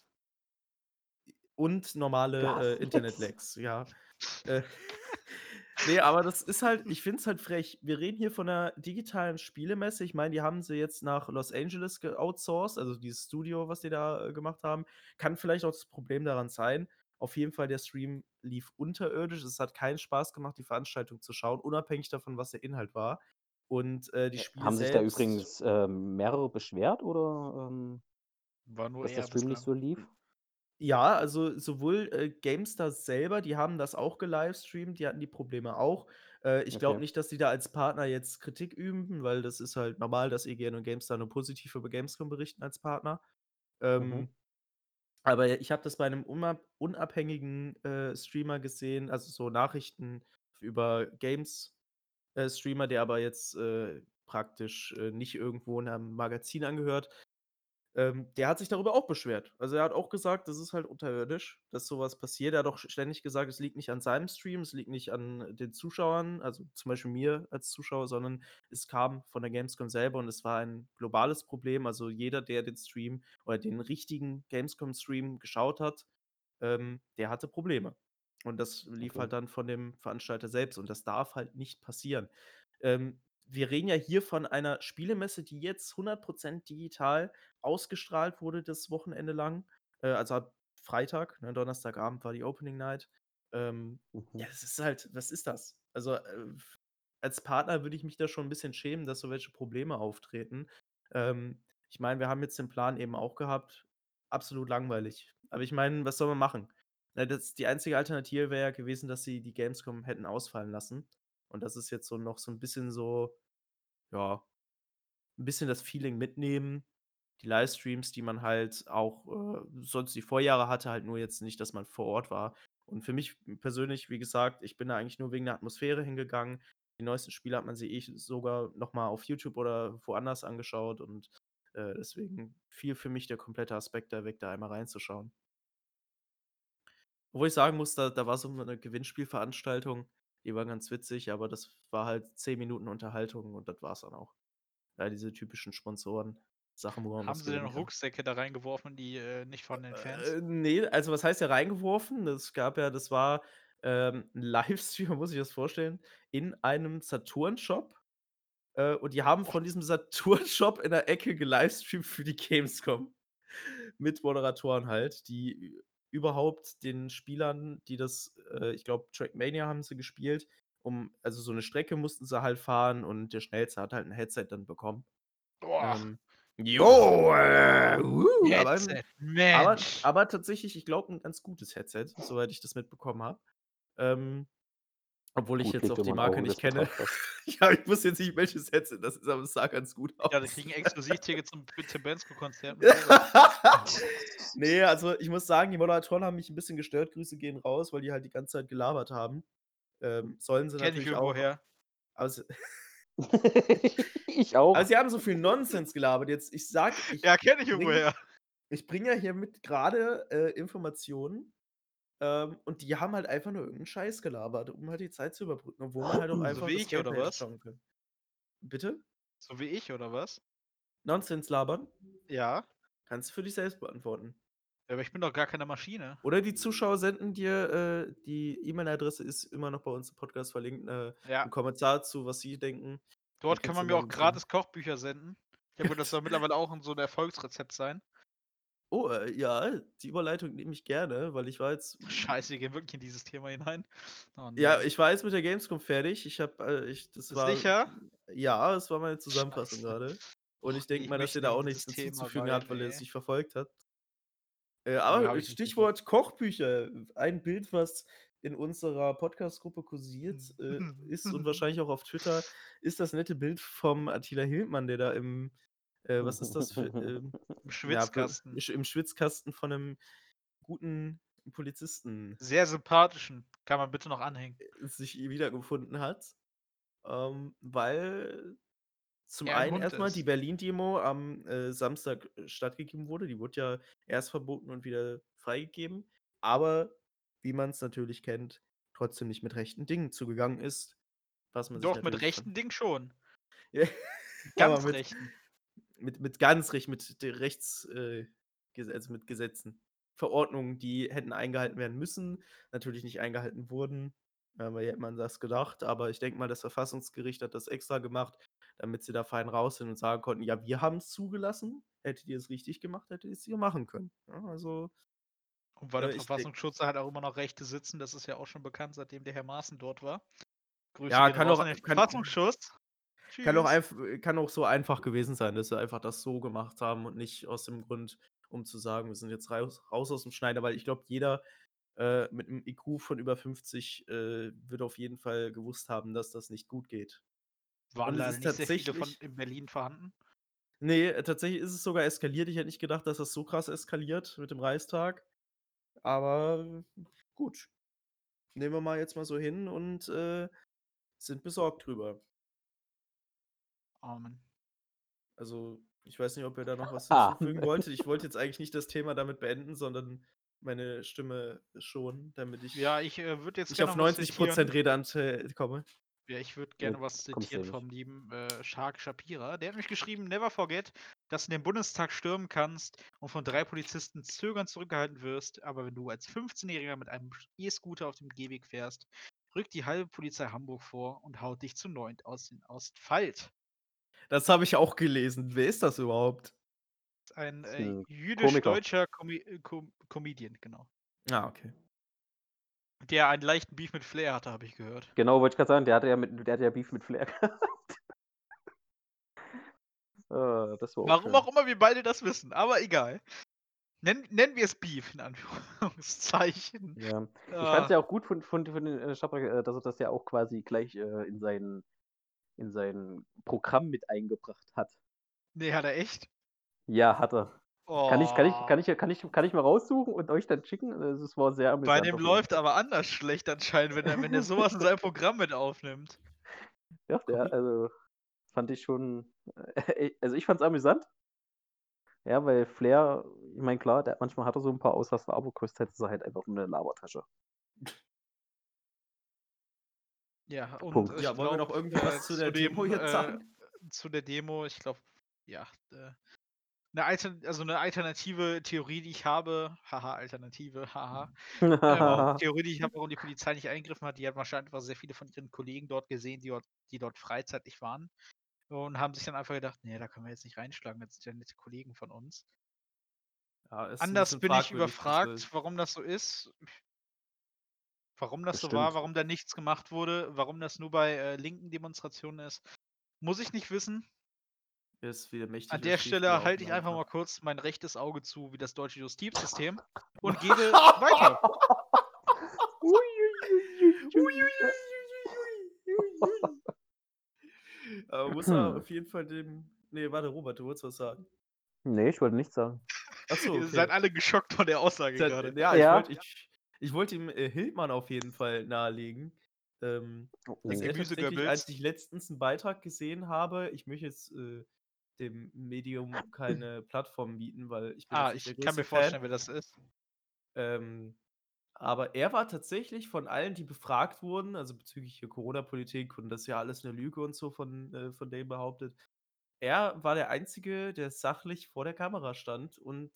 [SPEAKER 2] normale,
[SPEAKER 3] Gaslecks.
[SPEAKER 2] Internet-Lags, ja. Äh, ne, aber das ist halt ich finde es halt frech. Wir reden hier von 'ner digitalen Spielemesse. Ich meine, die haben sie jetzt nach Los Angeles geoutsourced, also dieses Studio, was die da, gemacht haben. Kann vielleicht auch das Problem daran sein. Auf jeden Fall, der Stream lief unterirdisch. Es hat keinen Spaß gemacht, die Veranstaltung zu schauen, unabhängig davon, was der Inhalt war. Und, die Spiele
[SPEAKER 3] Haben sich da
[SPEAKER 2] selbst
[SPEAKER 3] übrigens, mehrere beschwert oder,
[SPEAKER 1] War nur
[SPEAKER 3] dass der
[SPEAKER 1] er
[SPEAKER 3] Stream nicht
[SPEAKER 1] bislang.
[SPEAKER 3] so lief?
[SPEAKER 2] ja, also sowohl, GameStar selber, die haben das auch gelivestreamt, die hatten die Probleme auch. Ich glaube
[SPEAKER 3] Okay.
[SPEAKER 2] nicht, dass die da als Partner jetzt Kritik üben, weil das ist halt normal, dass IGN und GameStar nur positiv über Gamescom berichten als Partner.
[SPEAKER 3] Mhm.
[SPEAKER 2] Ähm, Aber ich habe das bei einem unabhängigen, Streamer gesehen, also so Nachrichten über Games, Streamer, der aber jetzt, praktisch, nicht irgendwo in einem Magazin angehört. Der hat sich darüber auch beschwert. Also, er hat auch gesagt, das ist halt unterirdisch, dass sowas passiert. Er hat auch ständig gesagt, es liegt nicht an seinem Stream, es liegt nicht an den Zuschauern, also zum Beispiel mir als Zuschauer, sondern es kam von der Gamescom selber und es war ein globales Problem. Also, jeder, der den Stream oder den richtigen Gamescom-Stream geschaut hat, der hatte Probleme. Und das lief
[SPEAKER 3] Okay.
[SPEAKER 2] halt dann von dem Veranstalter selbst und das darf halt nicht passieren. Wir reden ja hier von einer Spielemesse, die jetzt 100% digital ausgestrahlt wurde das Wochenende lang. Also ab Freitag, ne, Donnerstagabend war die Opening Night. Ja,
[SPEAKER 3] Mhm.
[SPEAKER 2] das ist halt, was ist das? Also, als Partner würde ich mich da schon ein bisschen schämen, dass so welche Probleme auftreten. Ich meine, wir haben jetzt den Plan eben auch gehabt, absolut langweilig. Aber ich meine, was soll man machen? Die einzige Alternative wäre ja gewesen, dass sie die Gamescom hätten ausfallen lassen. Und das ist jetzt so noch so ein bisschen so, ja, ein bisschen das Feeling mitnehmen. Die Livestreams, die man halt auch, sonst die Vorjahre hatte, halt nur jetzt nicht, dass man vor Ort war. Und für mich persönlich, wie gesagt, ich bin da eigentlich nur wegen der Atmosphäre hingegangen. Die neuesten Spiele hat man sich sogar noch mal auf YouTube oder woanders angeschaut und, deswegen fiel für mich der komplette Aspekt da weg, da einmal reinzuschauen. Obwohl ich sagen muss, da war so 'ne Gewinnspielveranstaltung, die war ganz witzig, aber das war halt 10 Minuten Unterhaltung und das war's dann auch. Ja, diese typischen Sponsoren-Sachen, wo man
[SPEAKER 1] Haben
[SPEAKER 2] was
[SPEAKER 1] sie denn
[SPEAKER 2] gewinnen kann.
[SPEAKER 1] Rucksäcke da reingeworfen, die, nicht von den Fans?
[SPEAKER 2] Ne, also was heißt ja reingeworfen? Das war, 'n Livestream, man muss sich das vorstellen, in einem Saturn-Shop, und die haben von diesem Saturn-Shop in der Ecke gelivestreamt für die Gamescom. Mit Moderatoren halt, die überhaupt den Spielern, die das ich glaube, Trackmania haben sie gespielt, also so 'ne Strecke mussten sie halt fahren und der Schnellste hat halt 'n Headset dann bekommen.
[SPEAKER 1] Boah,
[SPEAKER 2] Ähm, jo, aber
[SPEAKER 1] Headset, Mensch.
[SPEAKER 2] aber tatsächlich, ich glaube, 'n ganz gutes Headset, soweit ich das mitbekommen habe. Ähm, obwohl ich
[SPEAKER 3] Gut,
[SPEAKER 2] jetzt
[SPEAKER 3] liegt
[SPEAKER 2] auch die
[SPEAKER 3] immer im
[SPEAKER 2] Marke
[SPEAKER 3] Auge
[SPEAKER 2] nicht
[SPEAKER 3] des
[SPEAKER 2] kenne.
[SPEAKER 3] Betrachters.
[SPEAKER 2] Ja, ich wusste jetzt nicht, welches Headset das ist, aber es sah ganz gut
[SPEAKER 1] Ich dachte, die
[SPEAKER 2] aus.
[SPEAKER 1] kriegen Exklusivtickets zum Tim Bendzko-Konzert mit so was.
[SPEAKER 2] Ne, also, ich muss sagen, die Moderatoren haben mich 'n bisschen gestört. Grüße gehen raus, weil die halt die ganze Zeit gelabert haben. Sollen sie
[SPEAKER 1] Kenne ich
[SPEAKER 2] natürlich auch,
[SPEAKER 1] irgendwoher.
[SPEAKER 2] aber s
[SPEAKER 3] Ich
[SPEAKER 2] aber
[SPEAKER 3] auch.
[SPEAKER 2] sie haben so viel Nonsens gelabert. Jetzt ich sage,
[SPEAKER 1] Ja, kenne ich
[SPEAKER 2] bringe
[SPEAKER 1] irgendwoher.
[SPEAKER 2] ich bringe ja hier mit grade, Informationen, und die haben halt einfach nur irgend 'n Scheiß gelabert, um halt die Zeit zu überbrücken, obwohl man halt auch
[SPEAKER 1] So
[SPEAKER 2] einfach
[SPEAKER 1] wie
[SPEAKER 2] das
[SPEAKER 1] ich oder
[SPEAKER 2] Gameplay hätte
[SPEAKER 1] was?
[SPEAKER 2] schauen können. Bitte?
[SPEAKER 1] So wie ich oder was?
[SPEAKER 2] Nonsens labern?
[SPEAKER 1] Ja,
[SPEAKER 2] Kannst du für dich selbst beantworten.
[SPEAKER 1] aber ich bin doch gar keine Maschine.
[SPEAKER 2] Oder die Zuschauer senden dir, die E-Mail-Adresse ist immer noch bei uns im Podcast verlinkt,
[SPEAKER 1] Ja,
[SPEAKER 2] 'n Kommentar zu, was sie denken. Dann
[SPEAKER 1] dort kann
[SPEAKER 2] kannst du
[SPEAKER 1] man mir
[SPEAKER 2] mal
[SPEAKER 1] auch
[SPEAKER 2] 'n bisschen
[SPEAKER 1] gratis Kochbücher senden. Ich habe gehört, das soll mittlerweile auch 'n so 'n Erfolgsrezept sein.
[SPEAKER 2] oh, ja, die Überleitung nehme ich gerne, weil ich war jetzt
[SPEAKER 1] Scheiße, wir gehen wirklich in dieses Thema hinein. Oh
[SPEAKER 2] ja,
[SPEAKER 1] nein.
[SPEAKER 2] ich war jetzt mit der Gamescom fertig. Ich habe, ich das war
[SPEAKER 1] Sicher?
[SPEAKER 2] ja, das war meine Zusammenfassung
[SPEAKER 1] Scheiße.
[SPEAKER 2] grade. Und
[SPEAKER 1] Och
[SPEAKER 2] ich
[SPEAKER 1] ne,
[SPEAKER 2] denke
[SPEAKER 1] ich
[SPEAKER 2] mal, dass
[SPEAKER 1] möchte
[SPEAKER 2] ihr da
[SPEAKER 1] nicht in
[SPEAKER 2] auch
[SPEAKER 1] dieses
[SPEAKER 2] nichts
[SPEAKER 1] Thema
[SPEAKER 2] hinzuzufügen
[SPEAKER 1] rein,
[SPEAKER 2] habt, weil ihr es
[SPEAKER 1] ey.
[SPEAKER 2] nicht verfolgt habt.
[SPEAKER 1] Nö,
[SPEAKER 2] Aber
[SPEAKER 1] habe ich nicht wirklich.
[SPEAKER 2] Stichwort Kochbücher. Ein Bild, was in unserer Podcast-Gruppe kursiert, ist und wahrscheinlich auch auf Twitter, ist das nette Bild vom Attila Hildmann, der da was ist das für,
[SPEAKER 1] Im
[SPEAKER 2] ja,
[SPEAKER 1] Schwitzkasten.
[SPEAKER 2] im Schwitzkasten von 'nem guten Polizisten,
[SPEAKER 1] Sehr sympathischen. Kann man bitte noch anhängen.
[SPEAKER 2] sich wiedergefunden hat. Weil zum
[SPEAKER 1] Er ein
[SPEAKER 2] einen
[SPEAKER 1] Hund
[SPEAKER 2] erstmal die
[SPEAKER 1] ist.
[SPEAKER 2] Berlin-Demo am, Samstag, stattgegeben wurde. Die wurde ja erst verboten und wieder freigegeben, aber wie man es natürlich kennt, trotzdem nicht mit rechten Dingen zugegangen ist, was man sich
[SPEAKER 1] Doch, mit
[SPEAKER 2] natürlich von
[SPEAKER 1] rechten Dingen schon.
[SPEAKER 2] ja, aber
[SPEAKER 1] Ganz rechten.
[SPEAKER 2] mit ganz mit de Rechts also mit Gesetzen, Verordnungen, die hätten eingehalten werden müssen, natürlich nicht eingehalten wurden. Weil hätte man das gedacht, aber ich denke mal, das Verfassungsgericht hat das extra gemacht, damit sie da fein raus sind und sagen konnten: „Ja, wir haben es zugelassen. Hättet ihr es richtig gemacht, hättet ihr's ja machen können." Ja, also,
[SPEAKER 1] Und weil im
[SPEAKER 2] ich denke,
[SPEAKER 1] Verfassungsschutz halt auch immer noch Rechte sitzen, das ist ja auch schon bekannt, seitdem der Herr Maaßen dort war. Grüße
[SPEAKER 2] ja,
[SPEAKER 1] gehen raus an den Verfassungsschutz. Tschüss.
[SPEAKER 2] kann auch so einfach gewesen sein, dass sie einfach das so gemacht haben und nicht aus dem Grund, um zu sagen: „Wir sind jetzt raus aus dem Schneider", weil ich glaube, jeder, mit 'nem IQ von über 50, wird auf jeden Fall gewusst haben, dass das nicht gut geht.
[SPEAKER 1] Waren
[SPEAKER 2] Und es
[SPEAKER 1] leider
[SPEAKER 2] ist
[SPEAKER 1] nicht sehr viele von
[SPEAKER 2] tatsächlich
[SPEAKER 1] in Berlin vorhanden.
[SPEAKER 2] Ne, tatsächlich ist es sogar eskaliert. Ich hätte nicht gedacht, dass das so krass eskaliert mit dem Reichstag. Aber gut, nehmen wir mal jetzt mal so hin und, sind besorgt drüber.
[SPEAKER 1] Amen.
[SPEAKER 2] Also, ich weiß nicht, ob ihr da noch was
[SPEAKER 3] Ah,
[SPEAKER 2] hinzufügen wolltet. Ich wollte jetzt eigentlich nicht das Thema damit beenden, sondern meine Stimme schonen, damit ich
[SPEAKER 1] Ja, ich würde jetzt
[SPEAKER 2] nicht
[SPEAKER 1] gerne
[SPEAKER 2] auf
[SPEAKER 1] noch was
[SPEAKER 2] 90
[SPEAKER 1] zitieren.
[SPEAKER 2] Redeanteil komme.
[SPEAKER 1] Ja, ich würde
[SPEAKER 3] ne,
[SPEAKER 1] gerne was
[SPEAKER 3] kommst du
[SPEAKER 1] zitieren
[SPEAKER 3] ja nicht.
[SPEAKER 1] vom lieben Shark Shapira. Der hat mich geschrieben: Never forget, dass du den Bundestag stürmen kannst und von 3 Polizisten zögernd zurückgehalten wirst. Aber wenn du als 15-Jähriger mit einem E-Scooter auf dem Gehweg fährst, rückt die halbe Polizei Hamburg vor und haut dich zu 9 aus dem Asphalt.
[SPEAKER 2] Das habe ich auch gelesen. Wer ist das überhaupt?
[SPEAKER 1] Ein
[SPEAKER 3] Das ist 'n Komiker.
[SPEAKER 1] jüdisch-deutscher Comedian, genau.
[SPEAKER 2] Ah, okay.
[SPEAKER 1] Der einen leichten Beef mit Flair hatte, habe ich gehört.
[SPEAKER 3] Genau, wollte ich grad sagen, der hatte ja Beef mit Flair gehabt. Das war auch
[SPEAKER 1] Warum
[SPEAKER 3] schön.
[SPEAKER 1] auch immer wir beide das wissen, aber egal. Nennen wir es Beef in Anführungszeichen.
[SPEAKER 3] Ja. Ich fand's
[SPEAKER 1] Ah,
[SPEAKER 3] ja auch gut von den Schabrak, dass er das ja auch quasi gleich, in sein Programm mit eingebracht hat.
[SPEAKER 1] ne, hat er echt?
[SPEAKER 3] Ja, hat er.
[SPEAKER 1] Oh,
[SPEAKER 3] Kann ich mal raussuchen und euch dann schicken? Das war sehr
[SPEAKER 1] bei
[SPEAKER 3] amüsant
[SPEAKER 1] dem
[SPEAKER 3] auf jeden
[SPEAKER 1] läuft
[SPEAKER 3] Fall.
[SPEAKER 1] aber anders schlecht anscheinend, wenn er so was in sein Programm mit aufnimmt.
[SPEAKER 3] Ja,
[SPEAKER 2] Komi
[SPEAKER 3] also, fand ich schon also, ich fand's amüsant, ja, weil Flair, ich meine, klar, manchmal hat er so 'n paar Ausraster, aber größtenteils ist er halt einfach nur 'ne Labertasche.
[SPEAKER 1] Ja, und
[SPEAKER 3] Punkt.
[SPEAKER 1] ich
[SPEAKER 2] Ja, wollen wir
[SPEAKER 1] glaube,
[SPEAKER 2] noch irgendwie was zu der Demo jetzt sagen?
[SPEAKER 1] zu der Demo, ich glaube, ja, 'ne alternative Theorie, die ich habe, haha, Alternative, haha,
[SPEAKER 2] Wow.
[SPEAKER 1] Theorie, die ich habe, warum die Polizei nicht eingegriffen hat, die hat wahrscheinlich einfach sehr viele von ihren Kollegen dort gesehen, die dort freizeitig waren und haben sich dann einfach gedacht: „Ne, da können wir jetzt nicht reinschlagen, das sind ja nette Kollegen von uns.“
[SPEAKER 2] Ja, ist 'n
[SPEAKER 1] Anders
[SPEAKER 2] bisschen
[SPEAKER 1] bin ich
[SPEAKER 2] fragwürdig, diese
[SPEAKER 1] überfragt, warum das so ist, warum das
[SPEAKER 3] Das
[SPEAKER 1] so war,
[SPEAKER 3] stimmt.
[SPEAKER 1] warum da nichts gemacht wurde, warum das nur bei, linken Demonstrationen ist, muss ich nicht wissen.
[SPEAKER 2] ist wieder mächtig
[SPEAKER 1] An
[SPEAKER 2] was
[SPEAKER 1] der Stelle halte
[SPEAKER 2] schiefgelaufen
[SPEAKER 1] ich einfach
[SPEAKER 2] einfach.
[SPEAKER 1] mal kurz mein rechtes Auge zu wie das deutsche Justizsystem und gebe weiter.
[SPEAKER 3] Ui, ui, ui, ui, ui.
[SPEAKER 2] Aber muss er auf jeden Fall dem ne, warte, Robert, du wolltest was sagen.
[SPEAKER 3] Ne, ich wollte nichts sagen.
[SPEAKER 2] Ach so,
[SPEAKER 1] Ihr seid
[SPEAKER 2] okay.
[SPEAKER 1] alle geschockt von der Aussage grade.
[SPEAKER 2] Ja,
[SPEAKER 3] Ja.
[SPEAKER 2] ich wollte ihm, Hildmann auf jeden Fall nahelegen, dass
[SPEAKER 1] Den
[SPEAKER 3] Oh.
[SPEAKER 2] er tatsächlich, als
[SPEAKER 1] Gemüsegöbbels.
[SPEAKER 2] ich letztens 'n Beitrag gesehen habe, ich möchte jetzt, dem Medium keine Plattform bieten, weil ich bin jetzt nicht der
[SPEAKER 1] Ich kann
[SPEAKER 2] größte
[SPEAKER 1] mir
[SPEAKER 2] Fan.
[SPEAKER 1] vorstellen, wer das ist.
[SPEAKER 2] Ähm, aber er war tatsächlich von allen, die befragt wurden, also bezüglich hier Corona-Politik und das ist ja alles 'ne Lüge und so von denen behauptet. Er war der Einzige, der sachlich vor der Kamera stand und,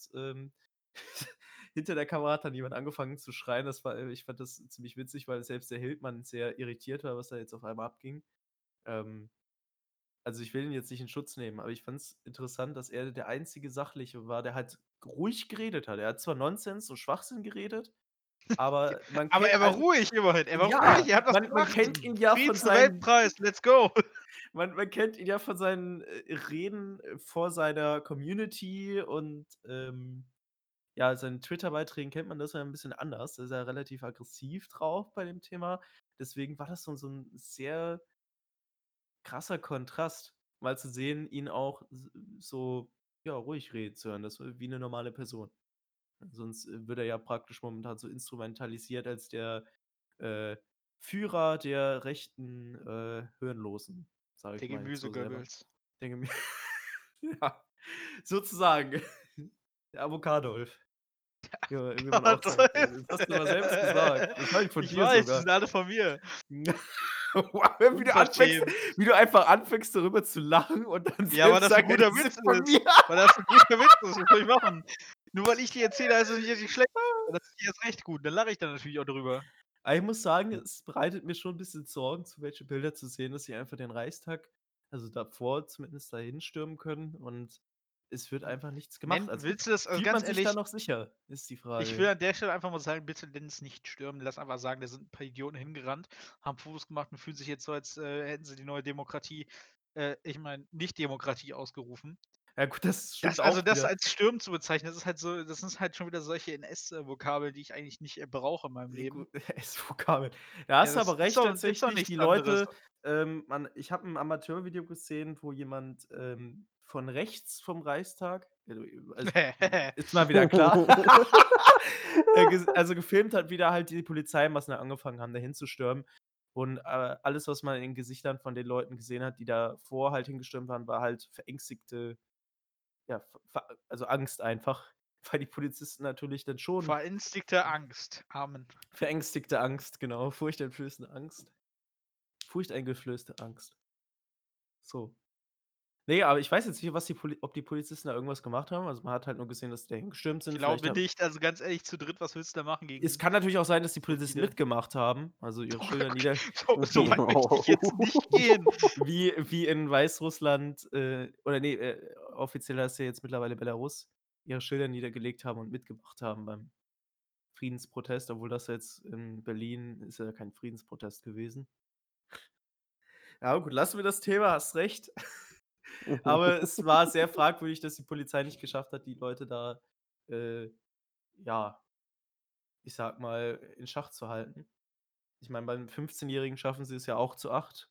[SPEAKER 2] hinter der Kamera hat dann jemand angefangen zu schreien. Das war ich fand das ziemlich witzig, weil selbst der Hildmann sehr irritiert war, was da jetzt auf einmal abging. Ähm, also, ich will ihn jetzt nicht in Schutz nehmen, aber ich fand's interessant, dass er der einzige Sachliche war, der halt ruhig geredet hat. Er hat zwar Nonsens und Schwachsinn geredet, aber man
[SPEAKER 1] Aber
[SPEAKER 2] kennt
[SPEAKER 1] er war ruhig immerhin. Er war ruhig,
[SPEAKER 2] ja,
[SPEAKER 1] er hat was
[SPEAKER 2] man
[SPEAKER 1] gemacht.
[SPEAKER 2] kennt ihn ja von seinen
[SPEAKER 1] Friedensnobelpreis, let's go.
[SPEAKER 2] man kennt ihn ja von seinen, Reden, vor seiner Community und, ja, seinen Twitter-Beiträgen kennt man das ja 'n bisschen anders. Da ist er relativ aggressiv drauf bei dem Thema. Deswegen war das so 'n sehr krasser Kontrast, mal zu sehen, ihn auch so, ja, ruhig reden zu hören, das wie 'ne normale Person. Sonst, wird er ja praktisch momentan so instrumentalisiert als der, äh, Führer der rechten, Hirnlosen, sage ich
[SPEAKER 1] Der
[SPEAKER 2] mal jetzt so selber.
[SPEAKER 1] Gemüsegöbbels.
[SPEAKER 2] Denke mir ja, sozusagen. Der Avocadolf, wie man auch sagen
[SPEAKER 1] Adolf.
[SPEAKER 2] kann. Das hast du aber selbst gesagt. Das habe ich von
[SPEAKER 1] Ich
[SPEAKER 2] dir
[SPEAKER 1] weiß, die
[SPEAKER 2] sogar.
[SPEAKER 1] sind alle von mir.
[SPEAKER 2] Wow,
[SPEAKER 1] Unverschämt.
[SPEAKER 2] wie du einfach anfängst, darüber zu lachen und dann
[SPEAKER 1] Ja, weil
[SPEAKER 2] selbst
[SPEAKER 1] das 'n
[SPEAKER 2] sagen: „Ja,
[SPEAKER 1] guter
[SPEAKER 2] die sind
[SPEAKER 1] Witz
[SPEAKER 2] von
[SPEAKER 1] ist.
[SPEAKER 2] mir.“
[SPEAKER 1] Weil das 'n guter Witz ist, was soll ich machen? Nur weil ich dir erzähle, heißt das nicht, dass ich schlecht bin. Das ist jetzt recht gut. Dann lache ich da natürlich auch drüber.
[SPEAKER 2] Aber ich muss sagen, es bereitet mir schon 'n bisschen Sorgen, so welche Bilder zu sehen, dass sie einfach den Reichstag, also davor zumindest, dahin stürmen können und es wird einfach nichts gemacht. Also,
[SPEAKER 1] Willst du das, also
[SPEAKER 2] fühlt
[SPEAKER 1] ganz
[SPEAKER 2] man sich da
[SPEAKER 1] ehrlich,
[SPEAKER 2] noch sicher, ist die
[SPEAKER 1] ich will
[SPEAKER 2] Frage.
[SPEAKER 1] an der Stelle einfach mal sagen, bitte nenn's nicht stürmen. Lass einfach sagen, da sind 'n paar Idioten hingerannt, haben Fotos gemacht und fühlen sich jetzt so, als, hätten sie die neue Demokratie, ich meine, Nicht-Demokratie ausgerufen.
[SPEAKER 2] Ja gut, das stimmt
[SPEAKER 1] Das
[SPEAKER 2] auch wieder.
[SPEAKER 1] als Stürmen zu bezeichnen, das sind halt schon wieder solche NS-Vokabeln, die ich eigentlich nicht, brauche in meinem
[SPEAKER 2] Ja
[SPEAKER 1] Leben.
[SPEAKER 2] gut, S-Vokabeln. Da
[SPEAKER 1] Ja,
[SPEAKER 2] hast du
[SPEAKER 1] das
[SPEAKER 2] aber recht
[SPEAKER 1] ist doch
[SPEAKER 2] tatsächlich. Die
[SPEAKER 1] nichts anderes.
[SPEAKER 2] Leute, ich habe ein Amateurvideo gesehen, wo jemand, von rechts vom Reichstag, also, ist mal wieder klar, also gefilmt hat, wie da halt die Polizeimassen angefangen haben, dahin zu stürmen. Und, alles, was man in den Gesichtern von den Leuten gesehen hat, die davor halt hingestürmt waren, war halt verängstigte, ja, also Angst einfach, weil die Polizisten natürlich dann schon
[SPEAKER 1] Verängstigte Angst. Amen.
[SPEAKER 2] verängstigte Angst, genau, furchteinflößende Angst. Furchteingeflößte Angst. So. Ne, aber ich weiß jetzt nicht, was ob die Polizisten da irgendwas gemacht haben. Also, man hat halt nur gesehen, dass die dahin gestürmt sind. Vielleicht
[SPEAKER 1] Glaube
[SPEAKER 2] haben
[SPEAKER 1] nicht, also ganz ehrlich, zu dritt, was willst du da machen
[SPEAKER 2] es
[SPEAKER 1] gegen
[SPEAKER 2] kann natürlich auch sein, dass die
[SPEAKER 1] so
[SPEAKER 2] Polizisten
[SPEAKER 1] viele?
[SPEAKER 2] mitgemacht haben, also ihre Schilder
[SPEAKER 1] So weit möchte ich jetzt nicht gehen.
[SPEAKER 2] wie in Weißrussland, oder ne, offiziell heißt ja jetzt mittlerweile Belarus, ihre Schilder niedergelegt haben und mitgemacht haben beim Friedensprotest, obwohl das jetzt in Berlin ist ja kein Friedensprotest gewesen. Ja gut, lassen wir das Thema, hast recht. Aber es war sehr fragwürdig, dass die Polizei nicht geschafft hat, die Leute da, äh, ja, ich sage mal, in Schach zu halten. Ich meine, beim 15-Jährigen schaffen sie es ja auch zu 8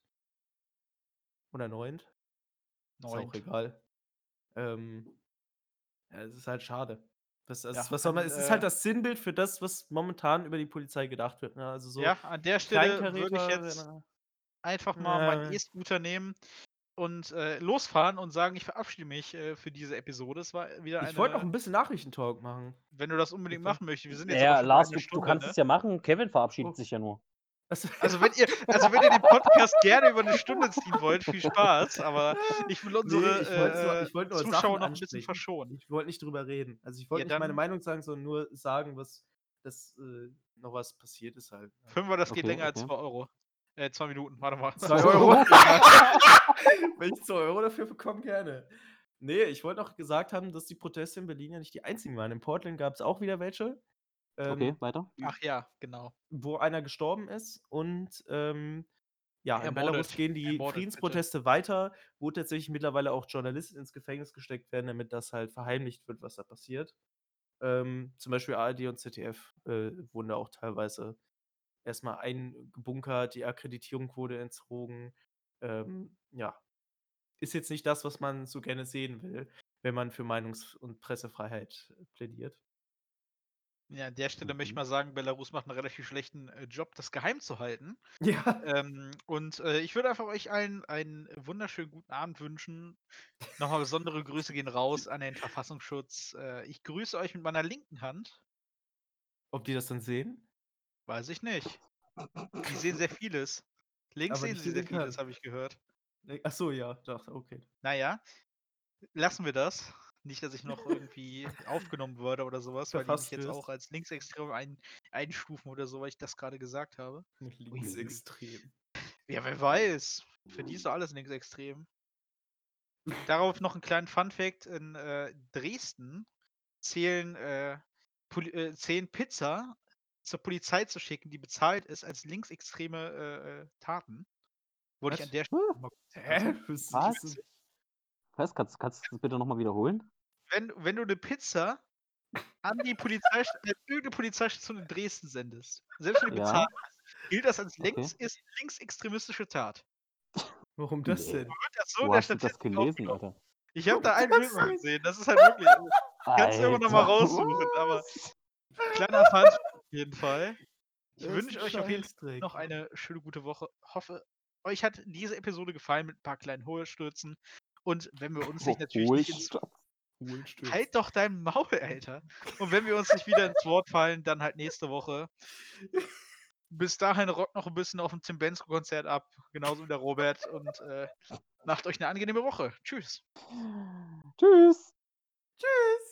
[SPEAKER 2] oder 9, ist auch
[SPEAKER 1] 9.
[SPEAKER 2] egal. Ähm, ja, es ist halt schade.
[SPEAKER 1] Ja,
[SPEAKER 2] Was soll man,
[SPEAKER 1] an,
[SPEAKER 2] es ist halt das Sinnbild für das, was momentan über die Polizei gedacht wird, ne? Also so
[SPEAKER 1] an der Stelle würde ich
[SPEAKER 2] Kleinkaräter,
[SPEAKER 1] jetzt
[SPEAKER 2] wenn
[SPEAKER 1] einfach mal meinen
[SPEAKER 2] er
[SPEAKER 1] E-Scooter nehmen und, losfahren und sagen, ich verabschiede mich, für diese Episode. Es war wieder
[SPEAKER 2] ich wollte noch
[SPEAKER 1] eine
[SPEAKER 2] ein bisschen Nachrichtentalk machen.
[SPEAKER 1] wenn du das unbedingt
[SPEAKER 2] Bitte?
[SPEAKER 1] machen möchtest. Wir sind jetzt aber
[SPEAKER 3] Ja,
[SPEAKER 1] schon bei
[SPEAKER 3] Lars,
[SPEAKER 1] einer
[SPEAKER 3] du
[SPEAKER 1] Stunde,
[SPEAKER 3] kannst
[SPEAKER 1] ne?
[SPEAKER 3] es ja machen. Kevin verabschiedet
[SPEAKER 2] Oh.
[SPEAKER 3] sich ja nur.
[SPEAKER 2] Also,
[SPEAKER 1] Also wenn ihr den Podcast gerne über 'ne Stunde ziehen wollt, viel Spaß, aber ich will
[SPEAKER 2] Ne,
[SPEAKER 1] unsere,
[SPEAKER 2] ich wollte nur Sachen
[SPEAKER 1] Zuschauer noch 'n bisschen
[SPEAKER 2] ansprechen.
[SPEAKER 1] verschonen.
[SPEAKER 2] Ich wollte nicht drüber reden. Also, ich
[SPEAKER 1] Ja,
[SPEAKER 2] wollte nicht meine
[SPEAKER 1] dann
[SPEAKER 2] Meinung sagen, sondern nur sagen, dass, noch was passiert ist halt, ne?
[SPEAKER 1] 5er, das geht
[SPEAKER 3] Okay,
[SPEAKER 1] länger als
[SPEAKER 3] okay.
[SPEAKER 1] 2 €. 2 Minuten, warte mal.
[SPEAKER 2] 2 €? Ja. Wenn ich 2 € dafür bekomme, gerne. Ne, ich wollte noch gesagt haben, dass die Proteste in Berlin ja nicht die einzigen waren. In Portland gab's auch wieder welche,
[SPEAKER 3] Okay,
[SPEAKER 2] ähm,
[SPEAKER 3] weiter.
[SPEAKER 1] Ach ja, genau.
[SPEAKER 2] wo einer gestorben ist und, ja, in Belarus gehen die
[SPEAKER 1] Ermordet, bitte.
[SPEAKER 2] Friedensproteste weiter, wo tatsächlich mittlerweile auch Journalisten ins Gefängnis gesteckt werden, damit das halt verheimlicht wird, was da passiert. Zum Beispiel ARD und ZDF, wurden da auch teilweise erst mal eingebunkert, die Akkreditierung wurde entzogen. Ja, ist jetzt nicht das, was man so gerne sehen will, wenn man für Meinungs und Pressefreiheit plädiert.
[SPEAKER 1] Ja, an der Stelle möchte ich
[SPEAKER 3] Mhm.
[SPEAKER 1] mal sagen, Belarus macht 'n relativ schlechten, Job, das geheim zu halten.
[SPEAKER 2] Ja.
[SPEAKER 1] Und, ich würde einfach euch allen einen wunderschönen guten Abend wünschen. Noch mal besondere Grüße gehen raus an den Verfassungsschutz. Ich grüße euch mit meiner linken Hand.
[SPEAKER 2] Ob die das dann sehen?
[SPEAKER 1] Weiß ich nicht. Die sehen sehr vieles. Links
[SPEAKER 2] Aber
[SPEAKER 1] sehen
[SPEAKER 2] nicht die
[SPEAKER 1] sie sehr
[SPEAKER 2] linke
[SPEAKER 1] vieles,
[SPEAKER 2] Hand.
[SPEAKER 1] habe ich gehört.
[SPEAKER 2] Ach so, ja, doch, okay.
[SPEAKER 1] Na ja, lassen wir das. Nicht, dass ich noch irgendwie aufgenommen wurde oder so was, weil die mich
[SPEAKER 2] Verfasst
[SPEAKER 1] jetzt auch
[SPEAKER 2] wirst.
[SPEAKER 1] als linksextrem einstufen oder so, weil ich das grade gesagt habe. Ui, ui, ui.
[SPEAKER 2] Linksextrem.
[SPEAKER 1] Ja, wer weiß. Für die ist doch alles linksextrem. Darauf noch 'n kleinen Funfact: In, Dresden zählen Pizza zur Polizei zu schicken, die bezahlt ist, als linksextreme, Taten. Wollte ich an
[SPEAKER 2] Was?
[SPEAKER 1] der Stelle
[SPEAKER 3] Huh,
[SPEAKER 1] noch mal kurz
[SPEAKER 2] Hä?
[SPEAKER 1] erwähnen.
[SPEAKER 2] Was
[SPEAKER 1] Nicht
[SPEAKER 3] was?
[SPEAKER 1] witzig?
[SPEAKER 3] Was? Kannst du das bitte noch mal wiederholen?
[SPEAKER 1] Wenn du 'ne Pizza an die irgend 'ne Polizeistation in Dresden sendest, selbst wenn du bezahlt
[SPEAKER 3] Ja,
[SPEAKER 1] hast, gilt das als
[SPEAKER 3] okay.
[SPEAKER 1] linksextremistische Tat.
[SPEAKER 2] Warum das
[SPEAKER 3] Ne.
[SPEAKER 2] denn?
[SPEAKER 1] Wird das so in
[SPEAKER 3] Wo
[SPEAKER 1] der
[SPEAKER 3] hast du das
[SPEAKER 1] Statistik
[SPEAKER 3] gelesen,
[SPEAKER 1] aufgenommen?
[SPEAKER 3] Alter?
[SPEAKER 1] Ich habe da
[SPEAKER 2] Warum
[SPEAKER 1] ein Bild
[SPEAKER 2] das
[SPEAKER 1] mal
[SPEAKER 2] denn?
[SPEAKER 1] gesehen. Das ist halt wirklich kannst du irgendwann noch mal
[SPEAKER 3] Alter,
[SPEAKER 1] raussuchen, aber
[SPEAKER 3] was?
[SPEAKER 1] kleiner Funfact auf jeden Fall. Ich
[SPEAKER 2] Das ist 'n
[SPEAKER 1] wünsche euch auf jeden Fall
[SPEAKER 2] Scheißdreck.
[SPEAKER 1] noch eine schöne, gute Woche. Hoffe, euch hat diese Episode gefallen mit 'n paar kleinen Hohlstürzen. Und wenn wir uns natürlich nicht ins
[SPEAKER 3] Hohlstadt.
[SPEAKER 2] Hohlstürzen.
[SPEAKER 1] Halt doch dein Maul, Alter. Und wenn wir uns nicht wieder ins Wort fallen, dann halt nächste Woche. Bis dahin rockt noch 'n bisschen aufm Tim Bendzko-Konzert ab, genauso wie der Robert und, macht euch 'ne angenehme Woche. Tschüss.
[SPEAKER 3] Tschüss.
[SPEAKER 2] Tschüss.